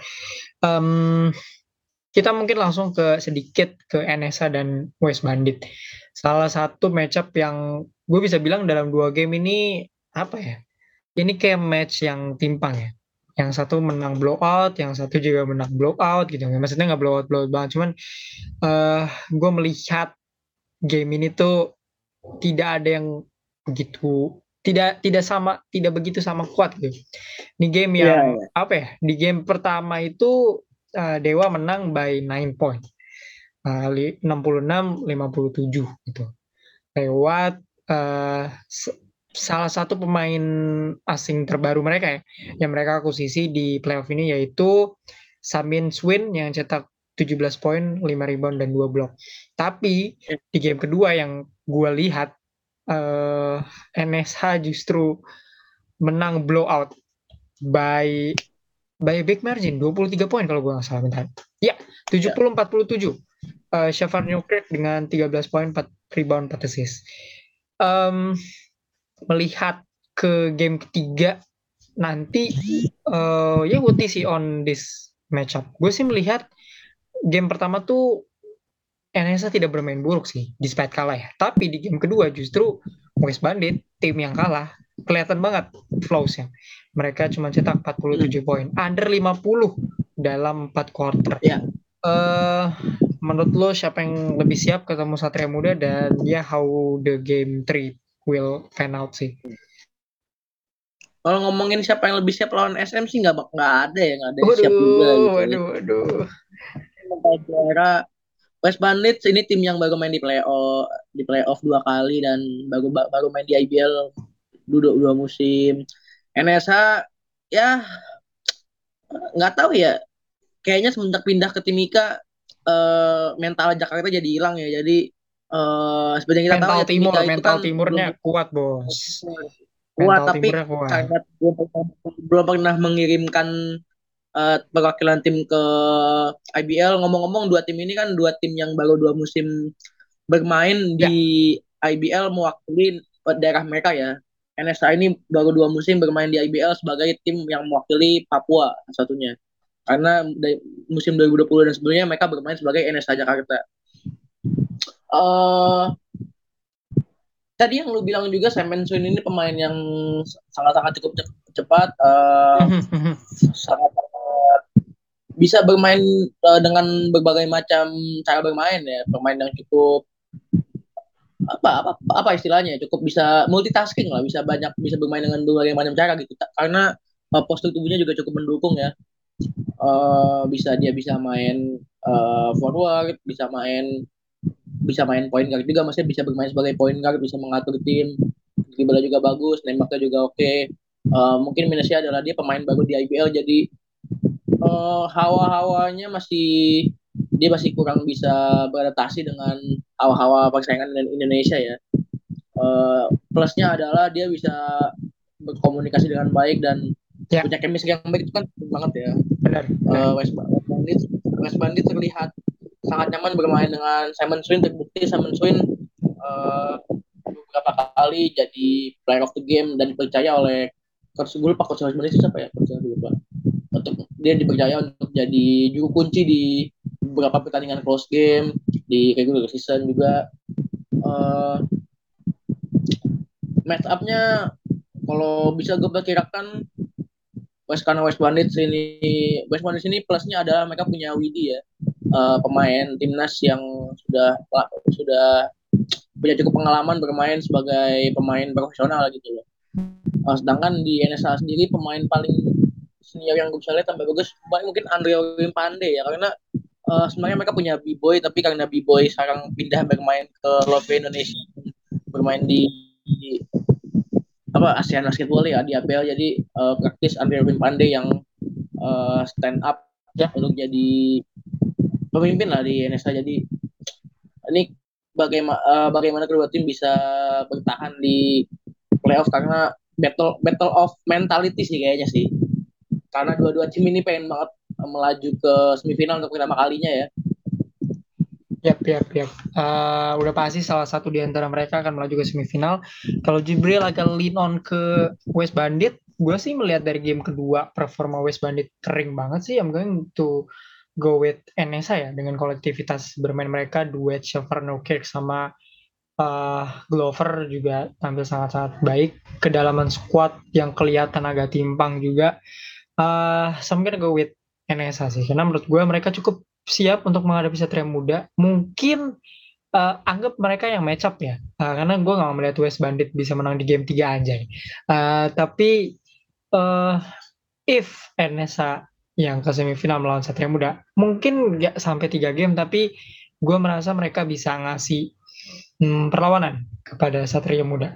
Um, kita mungkin langsung ke sedikit ke N S A dan West Bandit. Salah satu matchup yang gue bisa bilang dalam dua game ini apa ya? Ini kayak match yang timpang ya. Yang satu menang blowout, yang satu juga menang blowout gitu. Maksudnya nggak blowout blowout banget, cuman uh, gue melihat game ini tuh tidak ada yang begitu tidak tidak sama tidak begitu sama kuat gitu. Ini game yang yeah, yeah. apa ya? Di game pertama itu uh, Dewa menang by nine point. Uh, enam puluh enam lima puluh tujuh gitu. Lewat uh, salah satu pemain asing terbaru mereka ya, yang mereka akuisisi di playoff ini, yaitu Samin Swin yang cetak tujuh belas poin, lima rebound dan dua blok. Tapi di game kedua yang gue lihat uh, N S H justru menang blowout by by big margin dua puluh tiga poin kalau gue nggak salah bentar. Ya, tujuh puluh empat puluh tujuh. Uh, Shavar Newkirk dengan tiga belas poin, empat rebound, empat assist. Um, melihat ke game ketiga nanti, uh, ya what is on this matchup? Gue sih melihat game pertama tuh N S A tidak bermain buruk sih, despite kalah ya. Tapi di game kedua justru West Bandit, tim yang kalah, kelihatan banget flaws-nya. Mereka cuma cetak empat puluh tujuh hmm. poin, under lima puluh dalam empat quarter. Ya. Uh, menurut lo siapa yang lebih siap ketemu Satria Muda, dan ya how the game three will pan out sih? Kalau ngomongin siapa yang lebih siap lawan S M sih nggak nggak ada ya, nggak ada yang siap juga gitu. Waduh, waduh. Juara West Bandits ini tim yang baru main di playoff di playoff dua kali dan baru baru main di I B L duduk dua musim. N S H ya nggak tahu ya. Kayaknya semenjak pindah ke Timika uh, mental Jakarta jadi hilang ya. Jadi uh, sebenarnya kita mental tahu ya timur, Timika mental itu kan timurnya belum, kuat bos. Kuat tapi kuat. Karena belum, belum pernah mengirimkan uh, perwakilan tim ke I B L. Ngomong-ngomong dua tim ini kan dua tim yang baru dua musim bermain ya. Di I B L mewakili daerah mereka ya. N S A ini baru dua musim bermain di I B L sebagai tim yang mewakili Papua satunya. Karena dari musim dua ribu dua puluh dan sebelumnya mereka bermain sebagai N S A Jakarta. Uh, tadi yang lu bilang juga Samin Swin ini pemain yang sangat-sangat cukup cepat, uh, sangat-sangat bisa bermain uh, dengan berbagai macam cara bermain ya, pemain yang cukup apa apa apa istilahnya, cukup bisa multitasking lah, bisa banyak bisa bermain dengan berbagai macam cara gitu. Karena uh, postur tubuhnya juga cukup mendukung ya. Uh, bisa dia bisa main uh, forward, bisa main bisa main point guard juga, maksudnya bisa bermain sebagai point guard, bisa mengatur tim, dribble juga bagus, nembaknya juga oke. Okay. Uh, mungkin minusnya adalah dia pemain baru di I B L, jadi uh, hawa-hawanya masih dia masih kurang bisa beradaptasi dengan hawa-hawa persaingan di Indonesia ya. Uh, plusnya adalah dia bisa berkomunikasi dengan baik dan Ya, punya chemistry yang baik itu kan penting banget ya. benar. benar. Uh, West, West Bandit West Bandit terlihat sangat nyaman bermain dengan Simon Swin. Terbukti Simon Swin uh, beberapa kali jadi player of the game dan dipercaya oleh coach gue lupa coach West Bandit itu siapa ya, coach gue lupa, untuk dia dipercaya untuk jadi juru kunci di beberapa pertandingan close game di regular season juga. Uh, match up-nya kalau bisa gue perkirakan West karena West Bandits ini West Bandits ini plusnya adalah mereka punya Widi ya, uh, pemain timnas yang sudah sudah punya cukup pengalaman bermain sebagai pemain profesional gitu loh. Uh, sedangkan di N S A sendiri pemain paling senior yang gue bisa lihat sampai bagus mungkin Andre Rimpande ya, karena uh, sebenarnya mereka punya B-Boy tapi karena B-Boy sekarang pindah bermain ke Love Indonesia, bermain di, di apa ASEAN Basketball ya di A B L, jadi uh, praktis Andre Rimpande yang uh, stand up ya untuk jadi pemimpin lah di N S A. Jadi ini bagaimana uh, bagaimana kedua tim bisa bertahan di playoff karena battle battle of mentality sih kayaknya sih, karena dua-dua tim ini pengen banget melaju ke semifinal untuk pertama kalinya ya. Yap, yap, yap. Uh, udah pasti salah satu di antara mereka akan melaju ke semifinal. Kalau Jibril akan lean on ke West Bandit, gue sih melihat dari game kedua performa West Bandit kering banget sih. I'm going to go with N S A ya, dengan kolektivitas bermain mereka, duet Shafar Nurkic sama uh, Glover juga tampil sangat-sangat baik. Kedalaman squad yang kelihatan agak timpang juga. Uh, so I'm gonna go with N S A sih, karena menurut gue mereka cukup siap untuk menghadapi Satria Muda. Mungkin uh, anggap mereka yang match up ya, uh, karena gue gak melihat West Bandit bisa menang di game tiga anjay. Uh, tapi uh, if N S A yang ke semifinal melawan Satria Muda, mungkin gak sampai tiga game, tapi gue merasa mereka bisa ngasih hmm, perlawanan kepada Satria Muda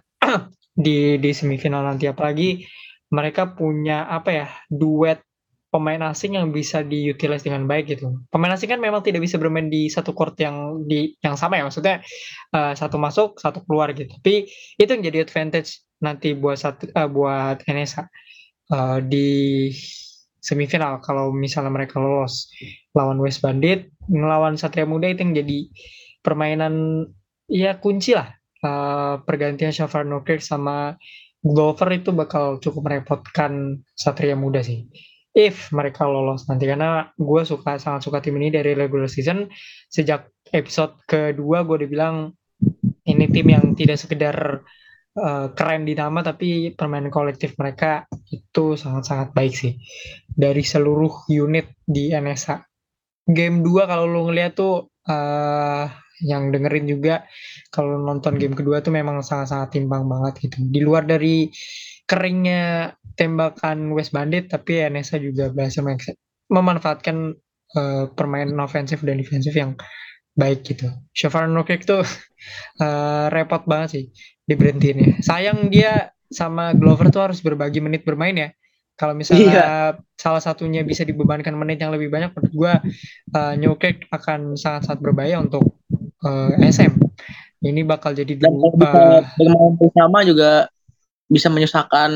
di di semifinal nanti. Apalagi mereka punya apa ya, duet pemain asing yang bisa diutilize dengan baik gitu. Pemain asing kan memang tidak bisa bermain di satu court yang di yang sama ya, maksudnya uh, satu masuk satu keluar gitu. Tapi itu yang jadi advantage nanti buat satu uh, buat N S A uh, di semifinal kalau misalnya mereka lolos lawan West Bandit, melawan Satria Muda itu yang jadi permainan ya kunci lah. Uh, pergantian Shafar Nurkic sama Glover itu bakal cukup merepotkan Satria Muda sih, if mereka lolos nanti, karena gue suka sangat suka tim ini dari regular season. Sejak episode kedua gue udah bilang ini tim yang tidak sekedar uh, keren di nama, tapi permainan kolektif mereka itu sangat-sangat baik sih dari seluruh unit di N S A. Game dua kalau lo ngeliat tuh uh, yang dengerin juga, kalau nonton game kedua tuh memang sangat-sangat timbang banget gitu. Di luar dari keringnya tembakan West Bandit, tapi N S A juga berhasil memanfaatkan uh, permainan ofensif dan defensif yang baik gitu. Shafar Nurkic tuh uh, repot banget sih diberhentiin. Sayang dia sama Glover tuh harus berbagi menit bermain ya. Kalau misalnya iya. salah satunya bisa dibebankan menit yang lebih banyak, menurut gue uh, Nurkic akan sangat-sangat berbahaya untuk uh, S M. Ini bakal jadi dua uh, bermain bersama juga bisa menyusahkan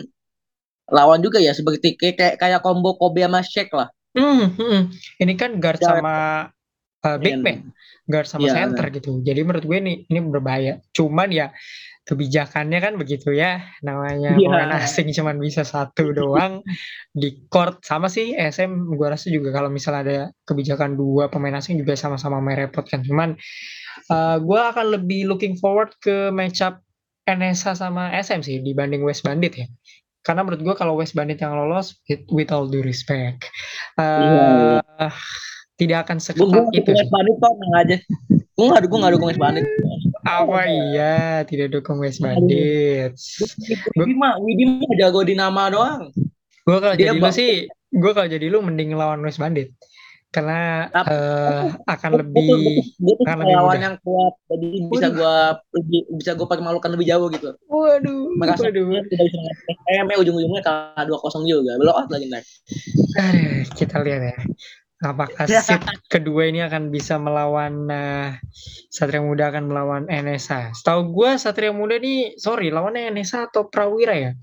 lawan juga ya, seperti kayak kayak combo Kobe sama Shaq lah. Hmm, hmm. Ini kan guard ya, sama uh, big man, guard sama ya, center nah. gitu. Jadi menurut gue ini ini berbahaya. Cuman ya kebijakannya kan begitu ya, namanya ya. Pemain asing cuman bisa satu doang di court. Sama sih S M, gue rasa juga kalau misalnya ada kebijakan dua pemain asing juga sama-sama merepotkan. Cuman uh, gue akan lebih looking forward ke matchup N S A sama S M sih dibanding West Bandit ya. Karena menurut gue kalau West Bandit yang lolos, it, with all due respect, uh, iya, iya. tidak akan seketat itu. West Bandit kok nggak aja. Gue nggak dukung nggak dukung West Bandit. Apa iya tidak dukung West Bandit? Widi mah Widi mah jago di nama doang. Gue kalau jadi lu sih, gue kalau jadi lu mending lawan West Bandit. Karena uh, akan lebih dia tuh lawan yang kuat, jadi bisa gue bisa gue permalukan lebih jauh gitu. Waduh, merasa tidak bisa nge-S M ujung-ujungnya kalah dua kosong juga, belok out lagi naik. Kita lihat ya. apakah seed kedua ini akan bisa melawan uh, Satria Muda akan melawan N S A. Setahu gue Satria Muda nih, sorry, lawannya N S A atau Prawira ya.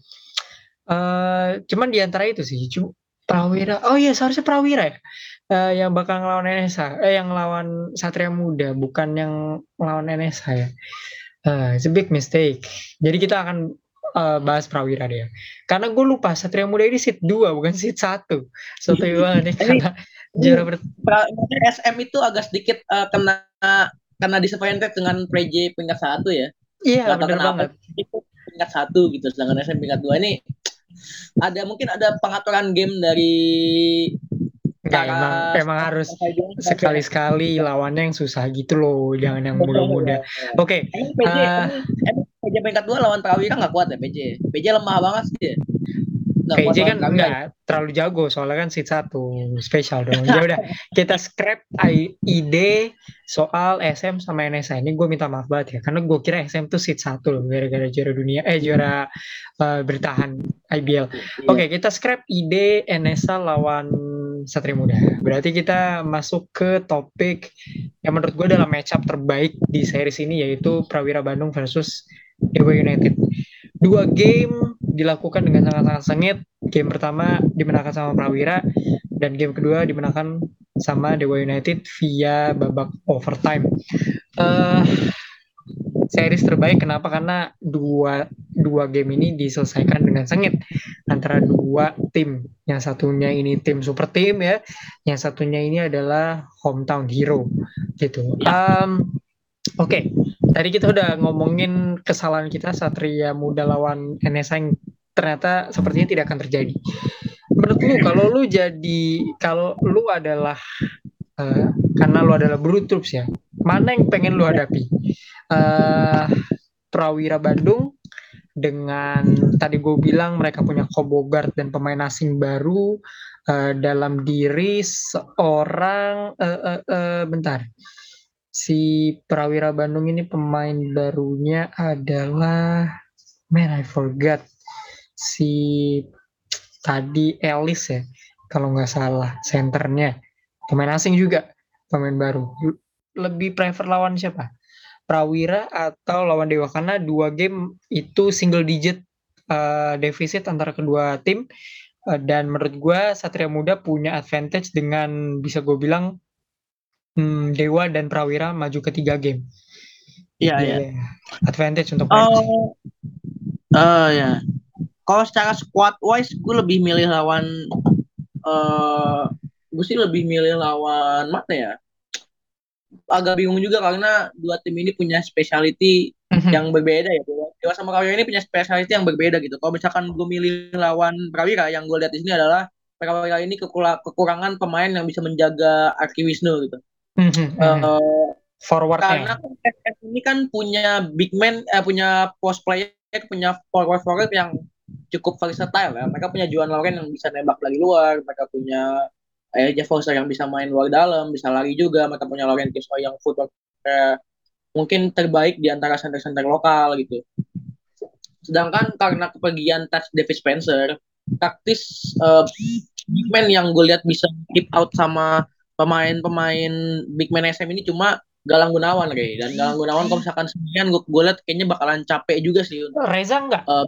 Uh, cuman di antara itu sih, cuma Prawira. Oh iya, seharusnya Prawira ya. Uh, yang bakal ngelawan N S A, eh yang ngelawan Satria Muda, bukan yang ngelawan N S A ya. Uh, it's a big mistake. Jadi kita akan uh, bahas Prawira deh. Karena gue lupa Satria Muda ini seat dua bukan seat satu. So banget nih karena juara ber... S M itu agak sedikit uh, kena karena disappointed dengan P J peringkat satu ya. Iya, benar banget. Itu peringkat satu gitu, sedangkan S M peringkat dua ini ada mungkin ada pengaturan game dari Enggak, emang emang harus sekali-sekali lawannya yang susah gitu loh, jangan yang mudah-mudah. Oke. Okay. P J, uh, P J peringkat dua lawan Prawira nggak kuat ya P J. P J lemah banget sih. Ya? P J kan enggak terlalu jago soalnya kan seat satu spesial dong. Ya udah kita scrap ide soal S M sama N S A ini. Gue minta maaf banget ya karena gue kira S M tuh seat satu loh gara-gara juara dunia eh juara uh, bertahan I B L. Oke okay, kita scrap ide N S A lawan Satria Muda. Berarti kita masuk ke topik yang menurut gue adalah matchup terbaik di series ini yaitu Prawira Bandung versus Dewa United. Dua game dilakukan dengan sangat-sangat sengit. Game pertama dimenangkan sama Prawira dan game kedua dimenangkan sama Dewa United via babak overtime. Uh, series terbaik kenapa? Karena dua dua game ini diselesaikan dengan sengit antara dua tim. Yang satunya ini tim super team ya, yang satunya ini adalah hometown hero gitu. Um, Oke, okay. Tadi kita udah ngomongin kesalahan kita Satria Muda lawan N S A yang ternyata sepertinya tidak akan terjadi. Menurut lu, kalau lu jadi, kalau lu adalah, uh, karena lu adalah Blue Troops ya, mana yang pengen lu hadapi? Uh, Prawira Bandung dengan tadi gue bilang mereka punya Kobogart dan pemain asing baru uh, dalam diri seorang, uh, uh, uh, bentar. Si Prawira Bandung ini pemain barunya adalah man I forgot si tadi Ellis ya kalau nggak salah senternya pemain asing juga pemain baru. Lebih prefer lawan siapa? Prawira atau lawan Dewa karena dua game itu single digit uh, defisit antara kedua tim uh, dan menurut gue Satria Muda punya advantage dengan bisa gue bilang Hmm, Dewa dan Prawira maju ke tiga game. Iya, iya. Yeah. Advantage untuk mereka. Oh, uh, ya. Kalau secara squad wise, gue lebih milih lawan, uh, gue sih lebih milih lawan mana ya? Agak bingung juga karena dua tim ini punya speciality mm-hmm. yang berbeda ya. Dewa sama Prawira ini punya speciality yang berbeda gitu. Kalau misalkan gue milih lawan Prawira, yang gue lihat di sini adalah Prawira ini kekurangan pemain yang bisa menjaga Arki Wisnu gitu. Mm-hmm. Uh, forward karena S S ini kan punya big man, eh, punya post player, punya forward forward yang cukup versatile ya. Mereka punya Juan Lauren yang bisa nembak dari luar, mereka punya eh, Jeff Foster yang bisa main luar dalam, bisa lari juga, mereka punya Lauren Kiso yang footwork eh, mungkin terbaik di antara center-center lokal gitu. Sedangkan karena kepergian Touch David Spencer, praktis uh, big man yang gue lihat bisa keep out sama pemain-pemain big man S M ini cuma Galang Gunawan kayak. Dan Galang Gunawan kalau misalkan sendirian gue, gue lihat kayaknya bakalan capek juga sih. Reza enggak? Uh,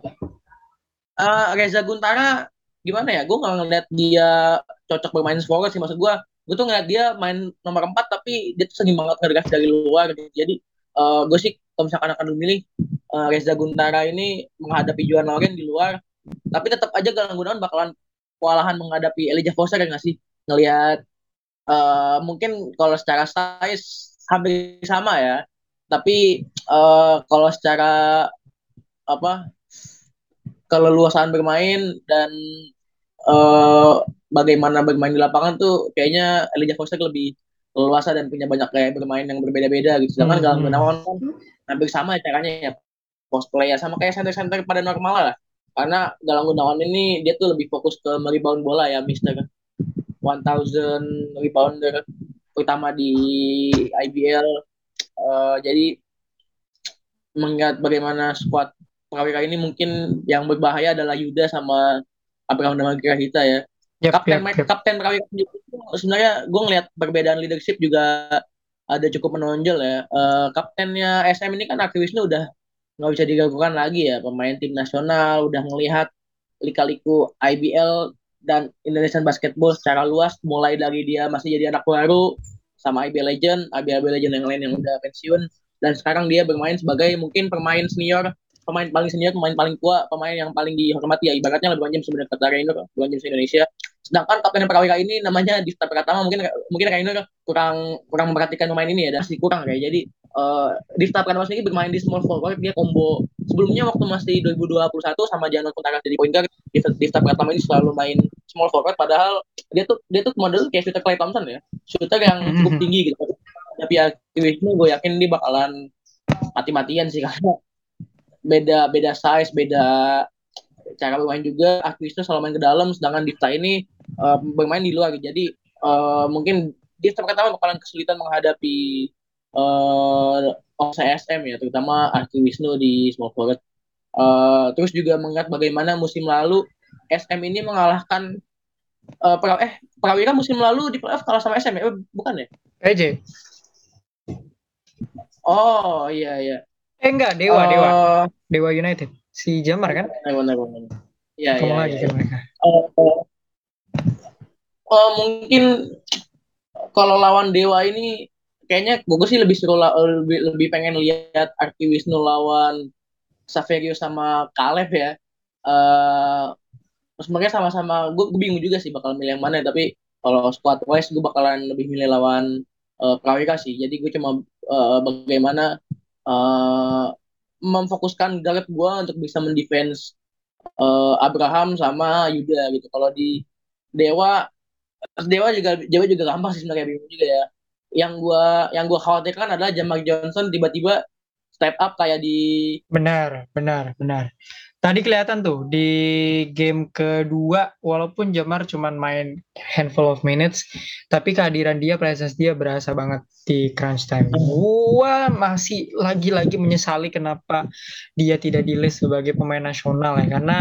uh, Reza Guntara gimana ya? Gue nggak ngeliat dia cocok bermain forward sih. Maksud gue, gue tuh ngeliat dia main nomor empat tapi dia tuh sering banget ngedegas dari luar gitu. Jadi uh, gue sih kalau misalkan akan memilih uh, Reza Guntara ini menghadapi Juan Lauren di luar. Tapi tetap aja Galang Gunawan bakalan kewalahan menghadapi Elijah Foster kan nggak sih? Ngelihat Uh, mungkin kalau secara size hampir sama ya, tapi uh, kalau secara apa keleluasaan bermain dan uh, bagaimana bermain di lapangan tuh kayaknya Elijah Foster lebih leluasa dan punya banyak kayak bermain yang berbeda-beda gitu. Sedangkan hmm, Galang Gunawan kan hampir sama caranya ya, post player sama kayak center-center pada normal lah. Karena Galang Gunawan ini dia tuh lebih fokus ke merebound bola ya, Mister one thousand rebounder utama di I B L. Uh, jadi mengingat bagaimana squad Prawira ini mungkin yang berbahaya adalah Yuda sama Abraham Damagrahita ya. Yap, Kapten yap, Mike, yap. Kapten Prawira juga itu sebenarnya gue ngelihat perbedaan leadership juga ada cukup menonjol ya. Eh, kaptennya S M ini kan Aki Wisnu udah nggak bisa diragukan lagi ya, pemain tim nasional, udah ngelihat lika-liku I B L dan Indonesian Basketball secara luas, mulai dari dia masih jadi anak baru sama I B L Legend, I B L Legend yang lain yang udah pensiun, dan sekarang dia bermain sebagai mungkin pemain senior, pemain paling senior, pemain paling tua, pemain yang paling dihormati ya, ibaratnya LeBron James sebenarnya kata Rainer, LeBron James Indonesia. Sedangkan kapten Prawira ini namanya Dista Pratama, mungkin mungkin Rainer kurang kurang memperhatikan pemain ini ya, dan masih kurang kayak. Jadi uh, Dista Pratama sendiri bermain di small forward, dia combo sebelumnya waktu masih dua ribu dua puluh satu sama Janon Kutara jadi point guard. Dista Pratama ini selalu main small forward, padahal dia tuh dia tuh model kayak shooter Klay Thompson ya, shooter yang cukup tinggi gitu. Tapi ya Wisnu gue yakin dia bakalan mati-matian sih, karena beda beda size, beda cara bermain juga. Akvisno selalu main ke dalam, sedangkan Difta ini uh, bermain di luar. Jadi uh, mungkin Difta pertama bakalan kesulitan menghadapi uh, O C S M ya, terutama Aki Wisnu di small forward. Uh, terus juga mengingat bagaimana musim lalu S M ini mengalahkan uh, pra, eh Prawira musim lalu di playoff kalah sama S M ya, eh, bukan ya? E J. Oh iya iya. Eh enggak, Dewa, Dewa. Uh, Dewa United. Si Jamar kan? benar, benar, benar. Iya Ketemu iya lagi iya. kan mereka. Uh, uh, mungkin kalau lawan Dewa ini kayaknya gue sih lebih seru lebih, lebih pengen lihat Arki Wisnu lawan Saverio sama Caleb ya. Uh, sebenarnya sama-sama gue, gue bingung juga sih bakal milih yang mana, tapi kalau squad wise gue bakalan lebih milih lawan uh, Prawira sih. Jadi gue cuma uh, bagaimana uh, memfokuskan guard gue untuk bisa mendefense uh, Abraham sama Yuda gitu. Kalau di Dewa Dewa juga Dewa juga gampang sih sebenarnya, bingung juga ya. Yang gua yang gua khawatirkan adalah Jamal Johnson tiba-tiba step up kayak di Benar, benar, benar. Tadi kelihatan tuh di game kedua, walaupun Jamar cuma main handful of minutes, tapi kehadiran dia, presence dia berasa banget di crunch time. Gua masih lagi-lagi menyesali kenapa dia tidak di list sebagai pemain nasional ya, karena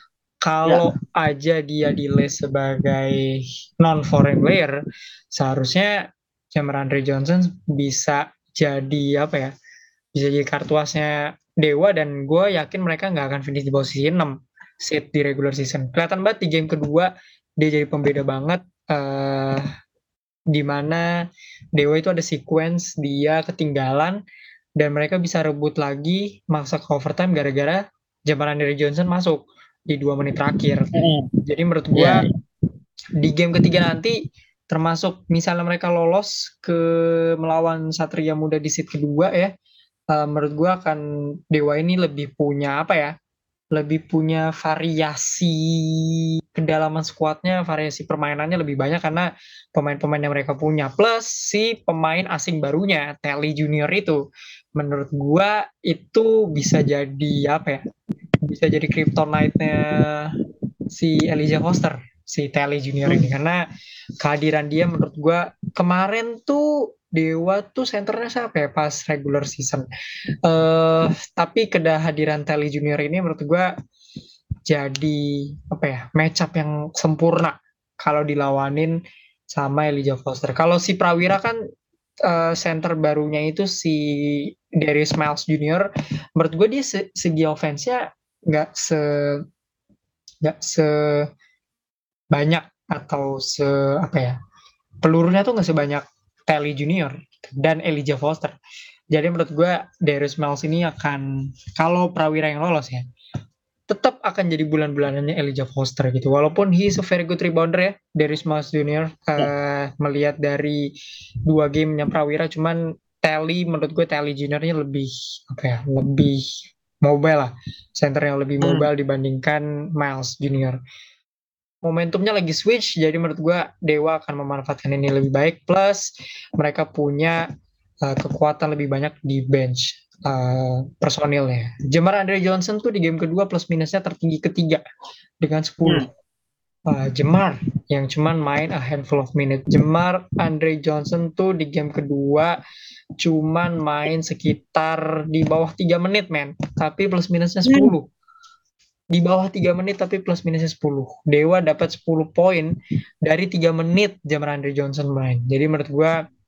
ya kalau aja dia di list sebagai non foreign player, seharusnya Jamar Andre Johnson bisa jadi apa ya? Bisa jadi kartu asnya Dewa, dan gue yakin mereka nggak akan finish di posisi enam seed di regular season. Kelihatan banget di game kedua dia jadi pembeda banget, uh, di mana Dewa itu ada sequence dia ketinggalan dan mereka bisa rebut lagi, maksa ke overtime gara-gara Jamal Andre Johnson masuk di dua menit terakhir. Jadi menurut gue ya di game ketiga nanti, termasuk misalnya mereka lolos ke melawan Satria Muda di seat kedua ya, uh, menurut gue akan Dewa ini lebih punya apa ya, lebih punya variasi kedalaman skuadnya, variasi permainannya lebih banyak karena pemain-pemain yang mereka punya, plus si pemain asing barunya Telly Junior itu, menurut gue itu bisa jadi apa ya, bisa jadi kryptonite-nya si Elijah Foster, si Telly Junior ini, karena kehadiran dia menurut gue kemarin tuh Dewa tuh senternya siapa ya pas regular season. Uh, tapi kehadiran Telly Junior ini menurut gue jadi apa ya, match up yang sempurna kalau dilawanin sama Elijah Foster. Kalau si Prawira kan uh, center barunya itu si Darius Miles Junior, menurut gue dia se segi offense-nya nggak se nggak se banyak atau se apa ya, pelurunya tuh nggak sebanyak Telly Junior dan Elijah Foster. Jadi menurut gue Darius Miles ini akan, kalau Prawira yang lolos ya, tetap akan jadi bulan-bulanannya Elijah Foster gitu. Walaupun he is a very good rebounder ya, Darius Miles Junior Uh, melihat dari dua gamenya Prawira, cuman Telly, menurut gue Telly Juniornya lebih apa ya, lebih mobile lah, centernya lebih mobile dibandingkan Miles Junior. Momentumnya lagi switch, jadi menurut gue Dewa akan memanfaatkan ini lebih baik, plus mereka punya uh, kekuatan lebih banyak di bench uh, personilnya. Jamar Andre Johnson tuh di game kedua plus minusnya tertinggi ketiga dengan sepuluh. Uh, Jamar yang cuman main a handful of minutes. Jamar Andre Johnson tuh di game kedua cuman main sekitar di bawah tiga menit men, tapi plus minusnya sepuluh. di bawah tiga menit tapi plus minusnya sepuluh. Dewa dapat sepuluh poin dari tiga menit Jamal Andre Johnson main. Jadi menurut gue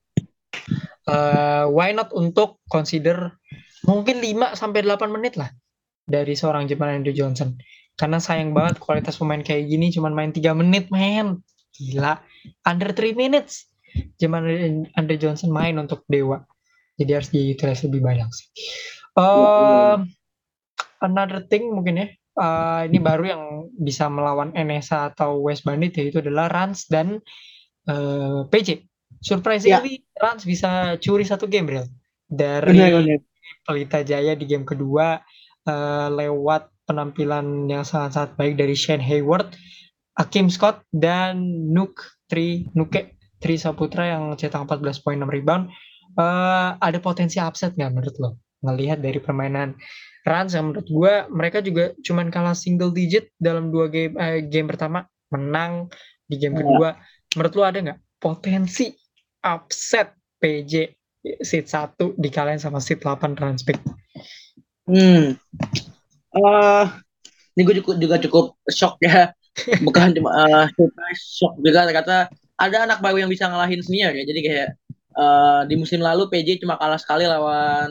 uh, why not untuk consider mungkin lima sampai delapan menit lah dari seorang Jamal Andre Johnson. Karena sayang banget kualitas pemain kayak gini cuman main tiga menit, men. Gila. Under three minutes Jamal Andre Johnson main untuk Dewa. Jadi harus diutilize lebih banyak sih. Uh, another thing mungkin ya. Uh, ini baru yang bisa melawan N S A atau West Bandit, yaitu adalah Rans dan uh, P J. Surprisingly, ya. Rans bisa curi satu game, real. Dari benar, benar. Pelita Jaya di game kedua uh, lewat penampilan yang sangat-sangat baik dari Shane Hayward, Hakim Scott, dan Nuk Tri Nuke Tri Saputra yang cetak empat belas poin enam rebound. Uh, ada potensi upset nggak menurut lo? Ngelihat dari permainan Rans yang menurut gue mereka juga cuman kalah single digit dalam dua game eh, game pertama, menang di game kedua. Menurut lo ada nggak potensi upset P J seat satu dikalahin sama seat delapan Transpik? Hmm. Uh, ini gue juga, juga cukup shock ya. Bukan cuma uh, shock juga, ternyata ada anak baru yang bisa ngalahin senior ya. Jadi kayak uh, di musim lalu P J cuma kalah sekali lawan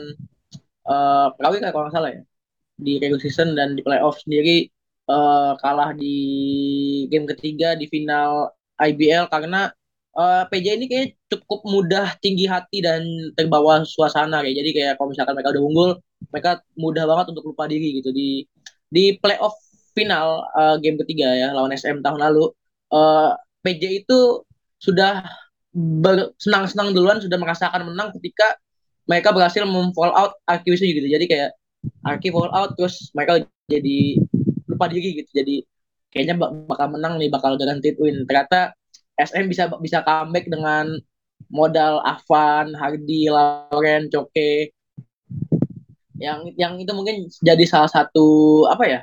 uh, Prawira kayak kalau nggak salah ya, di regular season, dan di playoff sendiri uh, kalah di game ketiga di final I B L karena uh, P J ini kayak cukup mudah tinggi hati dan terbawa suasana ya. Jadi kayak kalau misalkan mereka udah unggul, mereka mudah banget untuk lupa diri gitu. Di di playoff final uh, game ketiga ya lawan S M tahun lalu, uh, P J itu sudah senang-senang duluan, sudah merasakan menang ketika mereka berhasil mem-fall out Arkiwis gitu. Jadi kayak Arki fall out terus mereka jadi lupa diri gitu. Jadi kayaknya bakal menang nih, bakal guaranteed win. Ternyata S M bisa bisa comeback dengan modal Avan, Hardy, Lauren, Coke. Yang yang itu mungkin jadi salah satu apa ya?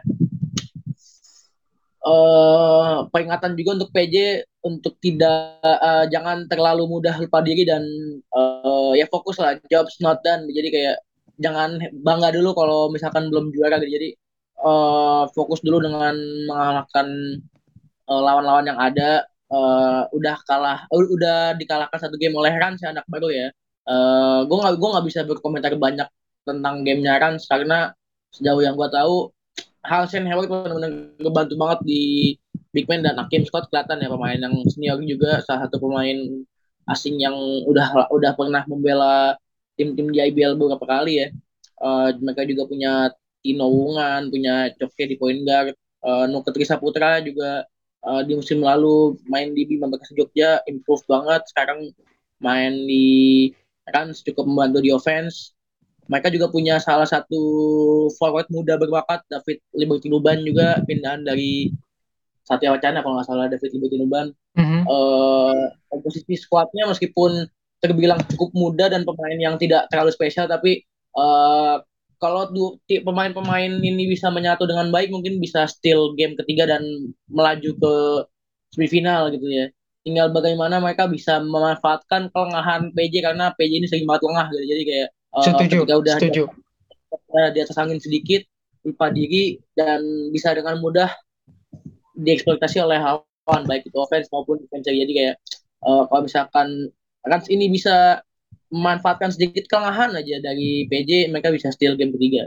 Uh, peringatan juga untuk P J untuk tidak uh, jangan terlalu mudah lupa diri dan uh, ya fokus lah, job's not done. Jadi kayak jangan bangga dulu kalau misalkan belum juara gitu. Jadi uh, fokus dulu dengan mengalahkan uh, lawan-lawan yang ada. Uh, udah kalah, uh, udah dikalahkan satu game oleh Rans ya, anak baru ya. Uh, gue nggak gue nggak bisa berkomentar banyak tentang gamenya Rans karena sejauh yang gue tahu Shane Hayward benar-benar ngebantu banget di Big Man, dan Hakim Scott kelihatan ya pemain yang senior juga, salah satu pemain asing yang udah udah pernah membela tim-tim di I B L beberapa kali ya. Uh, mereka juga punya Tino Wungan, punya Coke di point guard, uh, Nuke Tri Saputra juga uh, di musim lalu main di Bima Perkasa Jogja, improve banget. Sekarang main di Rans cukup membantu di offense. Mereka juga punya salah satu forward muda berbakat, David Liberty Nuban, juga pindahan dari Satya Wacana kalau nggak salah, David Liberty Nuban. Mm-hmm. Uh, komposisi squadnya meskipun terbilang cukup muda dan pemain yang tidak terlalu spesial, tapi uh, kalau du- pemain-pemain ini bisa menyatu dengan baik, mungkin bisa steal game ketiga dan melaju ke semifinal gitu ya. Tinggal bagaimana mereka bisa memanfaatkan kelengahan P J, karena P J ini sering banget lengah gitu. Jadi kayak uh, setuju, ketika udah setuju. Di, di atas angin sedikit, lupa diri, dan bisa dengan mudah dieksploitasi oleh lawan, baik itu offense maupun defense. Jadi kayak uh, kalau misalkan Rans ini bisa memanfaatkan sedikit kelengahan aja dari P J, mereka bisa steal game ketiga.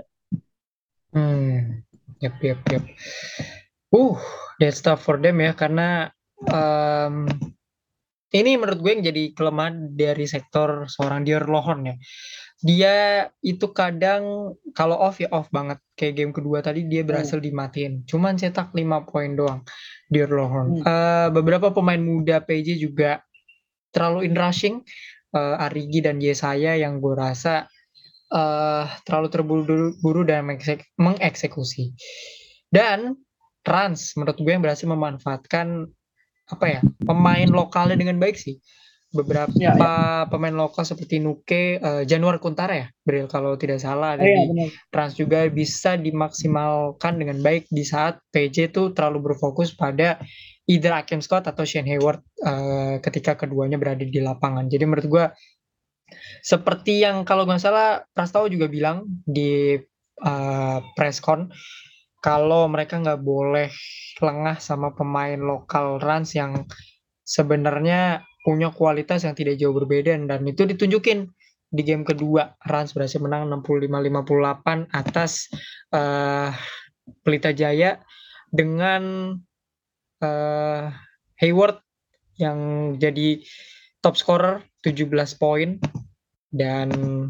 Hmm, yep, yep, yep. Uh, that's tough for them ya, karena um, ini menurut gue yang jadi kelemahan dari sektor seorang Dior Lohorn ya. Dia itu kadang kalau off ya off banget. Kayak game kedua tadi dia berhasil hmm. dimatiin. Cuman cetak lima poin doang Dior Lohorn. Hmm. Uh, beberapa pemain muda P J juga terlalu in rushing. Uh, Arigi dan Yesaya yang gue rasa uh, terlalu terburu-buru dan mengeksek- mengeksekusi. Dan Rans menurut gue yang berhasil memanfaatkan apa ya, pemain lokalnya dengan baik sih. Beberapa ya, ya. pemain lokal seperti Nuke, uh, Januar Kuntara ya, Bril kalau tidak salah ada oh, ya, di benar. Rans juga bisa dimaksimalkan dengan baik di saat P J tuh terlalu berfokus pada either Hakim Scott atau Shane Hayward uh, ketika keduanya berada di lapangan. Jadi menurut gue seperti yang kalau nggak salah Prastawa juga bilang di uh, press con, kalau mereka nggak boleh lengah sama pemain lokal Rans yang sebenarnya punya kualitas yang tidak jauh berbeda, dan itu ditunjukin di game kedua. Rans berhasil menang enam puluh lima lima puluh delapan atas uh, Pelita Jaya dengan uh, Hayward yang jadi top scorer tujuh belas poin, dan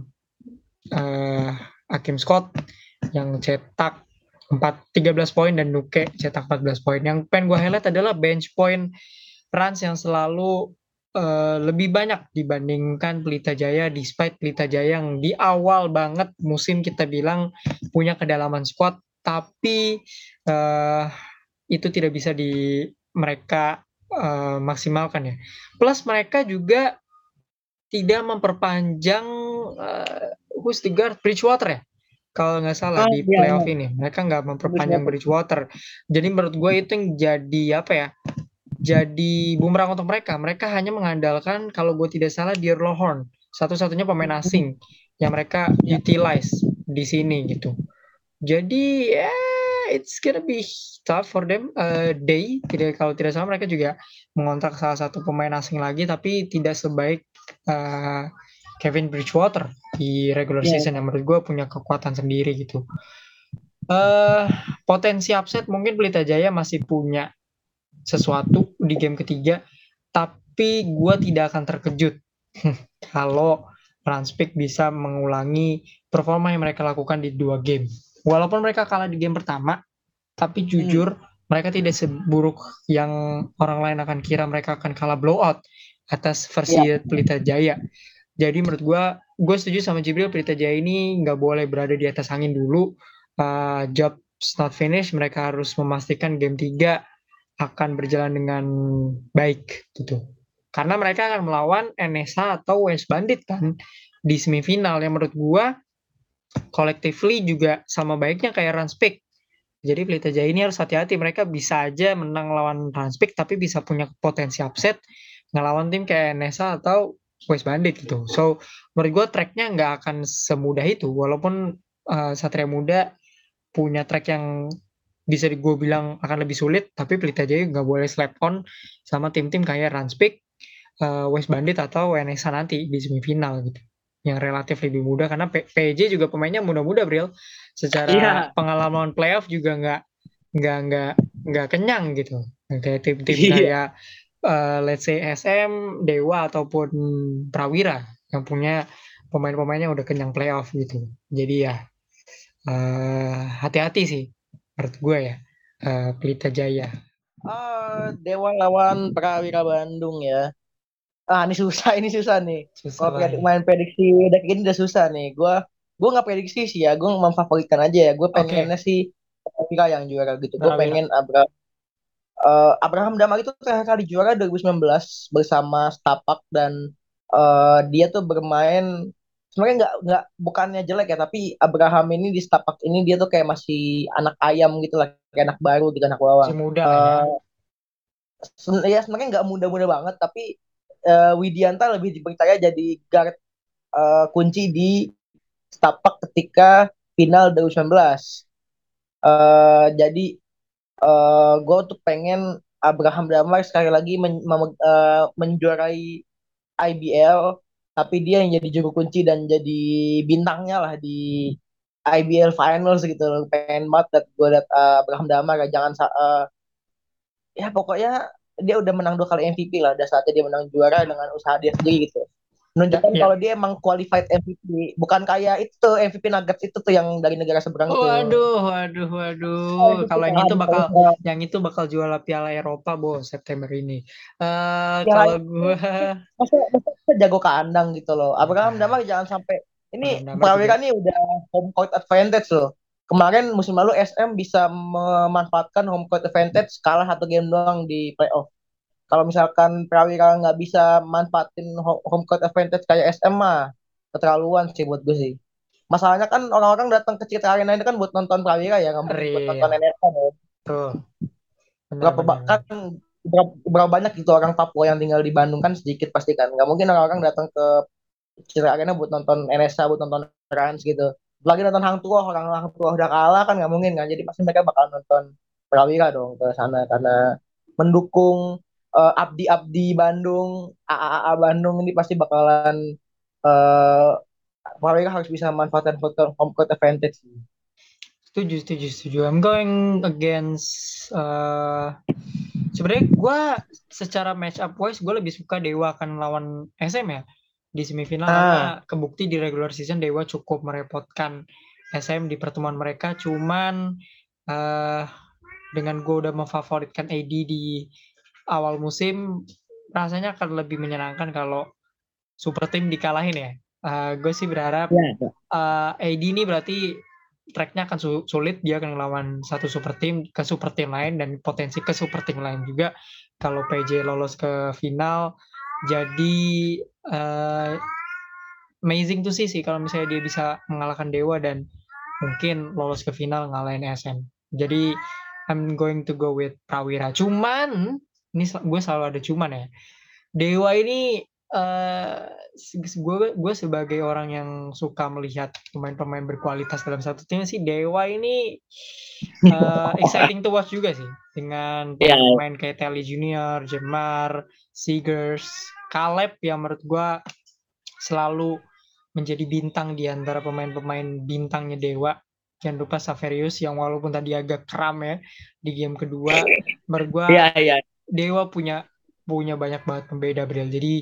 uh, Hakim Scott yang cetak empat tiga belas poin, dan Nuke cetak empat belas poin. Yang pengen gue highlight adalah bench point Rans yang selalu uh, lebih banyak dibandingkan Pelita Jaya, despite Pelita Jaya yang di awal banget musim kita bilang punya kedalaman squad, tapi uh, itu tidak bisa di mereka uh, maksimalkan ya. Plus mereka juga tidak memperpanjang uh, who's the guard Bridgewater ya, kalau nggak salah Ah, di iya, playoff iya. ini mereka nggak memperpanjang Bridgewater. Jadi menurut gue itu yang jadi apa ya, jadi bumerang untuk mereka. Mereka hanya mengandalkan, kalau gue tidak salah, Dear Lohorn, satu-satunya pemain asing yang mereka Ya. utilize di sini gitu. Jadi ya yeah, it's gonna be tough for them. Uh, day tidak, kalau tidak salah mereka juga mengontrak salah satu pemain asing lagi, tapi tidak sebaik uh, Kevin Bridgewater di regular Yeah. season yang menurut gue punya kekuatan sendiri gitu. Uh, potensi upset mungkin Pelita Jaya masih punya sesuatu di game ketiga, tapi gue tidak akan terkejut kalau Ranspik bisa mengulangi performa yang mereka lakukan di dua game. Walaupun mereka kalah di game pertama, tapi jujur hmm. mereka tidak seburuk yang orang lain akan kira. Mereka akan kalah blowout atas versi yeah. Pelita Jaya. Jadi menurut gue, gue setuju sama Jibril, Pelita Jaya ini nggak boleh berada di atas angin dulu. Uh, job's not finished, mereka harus memastikan game tiga akan berjalan dengan baik gitu. Karena mereka akan melawan N S A atau West Bandit kan di semifinal, yang menurut gua collectively juga sama baiknya kayak Ranspik. Jadi Pelita Jaya ini harus hati-hati, mereka bisa aja menang lawan Ranspik tapi bisa punya potensi upset ngelawan tim kayak N S A atau West Bandit gitu. So menurut gua tracknya nggak akan semudah itu, walaupun uh, Satria Muda punya track yang bisa gue bilang akan lebih sulit, tapi Pelita Jaya nggak boleh slap on sama tim-tim kayak Ranspik, uh, West Bandit atau N S A nanti di semifinal gitu, yang relatif lebih mudah karena P- PJ juga pemainnya muda-muda, Bril. Secara yeah. pengalaman playoff juga nggak nggak nggak nggak kenyang gitu, kayak tim-tim yeah. kayak uh, let's say S M, Dewa ataupun Prawira yang punya pemain-pemainnya udah kenyang playoff gitu. Jadi ya uh, hati-hati sih menurut gue ya, uh, Pelita Jaya. Oh, Dewa lawan Prawira Bandung ya. Ah, ini susah, ini susah nih. Kalau predik, main prediksi udah kayak gini udah susah nih. Gue gue nggak prediksi sih ya, gue memfavoritkan aja ya. Gue pengennya okay. sih Prawira yang juara gitu. Gue pengen Abraham uh, Abraham Damar itu terakhir kali juara dua ribu sembilan belas bersama Stapak, dan uh, dia tuh bermain sebenarnya nggak nggak bukannya jelek ya, tapi Abraham ini di Stapak ini dia tuh kayak masih anak ayam gitu lah, kayak anak baru gitu, anak bawang. Masih muda uh, ya. Ya sebenarnya nggak muda-muda banget, tapi uh, Widianta lebih dipercaya jadi guard uh, kunci di Stapak ketika final dua ribu sembilan belas. Uh, jadi uh, gue tuh pengen Abraham Damar sekali lagi men- mem- uh, menjuarai I B L, tapi dia yang jadi juru kunci dan jadi bintangnya lah di I B L Finals gitu loh. Pengen banget gue liat uh, Abraham Damar, jangan uh, ya pokoknya dia udah menang dua kali M V P lah, udah saatnya dia menang juara dengan usaha dia sendiri gitu, menunjukkan yeah. kalau dia emang qualified M V P, bukan kayak itu M V P Nuggets itu tuh yang dari negara seberang itu. Waduh, waduh, waduh. Oh, kalau yang itu bakal, yang itu bakal jual Piala Eropa, bos, September ini. Uh, ya, kalau gue, masa, masa jago kandang gitu loh. Abraham Damar jangan sampai ini Prawira nih udah home court advantage loh. Kemarin musim lalu S M bisa memanfaatkan home court advantage, kalah satu game doang di playoff. Kalau misalkan Prawira nggak bisa manfaatin home court advantage kayak S M mah keterlaluan sih buat gue sih. Masalahnya kan orang-orang datang ke Citra Arena itu kan buat nonton Prawira ya, nggak mungkin buat nonton N S A ya. Tuh. Berapa kan berapa, berapa banyak gitu orang Papua yang tinggal di Bandung, kan sedikit pasti kan. Nggak mungkin orang-orang datang ke Citra Arena buat nonton N S A, buat nonton Rans gitu. lagi nonton Hang Tuah, orang Hang Tuah udah kalah kan nggak mungkin kan, jadi pasti mereka bakal nonton Prawira dong ke sana karena mendukung eh, Abdi-Abdi Bandung, A A A Bandung ini pasti bakalan eh Prawira harus bisa manfaatkan home court advantage. Setuju, setuju, setuju. I'm going against. Uh, Sebenarnya gue secara match up wise gue lebih suka Dewa akan lawan S M ya di semifinal karena Nah, kebukti di regular season Dewa cukup merepotkan S M di pertemuan mereka. Cuman uh, dengan gue udah memfavoritkan A D di awal musim, rasanya akan lebih menyenangkan kalau super team dikalahin ya. Uh, gue sih berharap ya. uh, A D ini berarti tracknya akan su- sulit, dia akan melawan satu super team ke super team lain dan potensi ke super team lain juga kalau P J lolos ke final. Jadi uh, amazing tuh sih sih kalau misalnya dia bisa mengalahkan Dewa dan mungkin lolos ke final ngalahin S M. Jadi I'm going to go with Prawira. Cuman ini gue selalu ada cuman ya. Dewa ini uh, gue gue sebagai orang yang suka melihat pemain-pemain berkualitas dalam satu tim sih, Dewa ini uh, exciting to watch juga sih dengan Ya, pemain-pemain kayak Telly Junior, Jemar, Seegers, Caleb yang menurut gue selalu menjadi bintang di antara pemain-pemain bintangnya Dewa. Jangan lupa Saverius yang walaupun tadi agak kram ya di game kedua, menurut gue ya, ya. Dewa punya punya banyak banget pembeda Bril. Jadi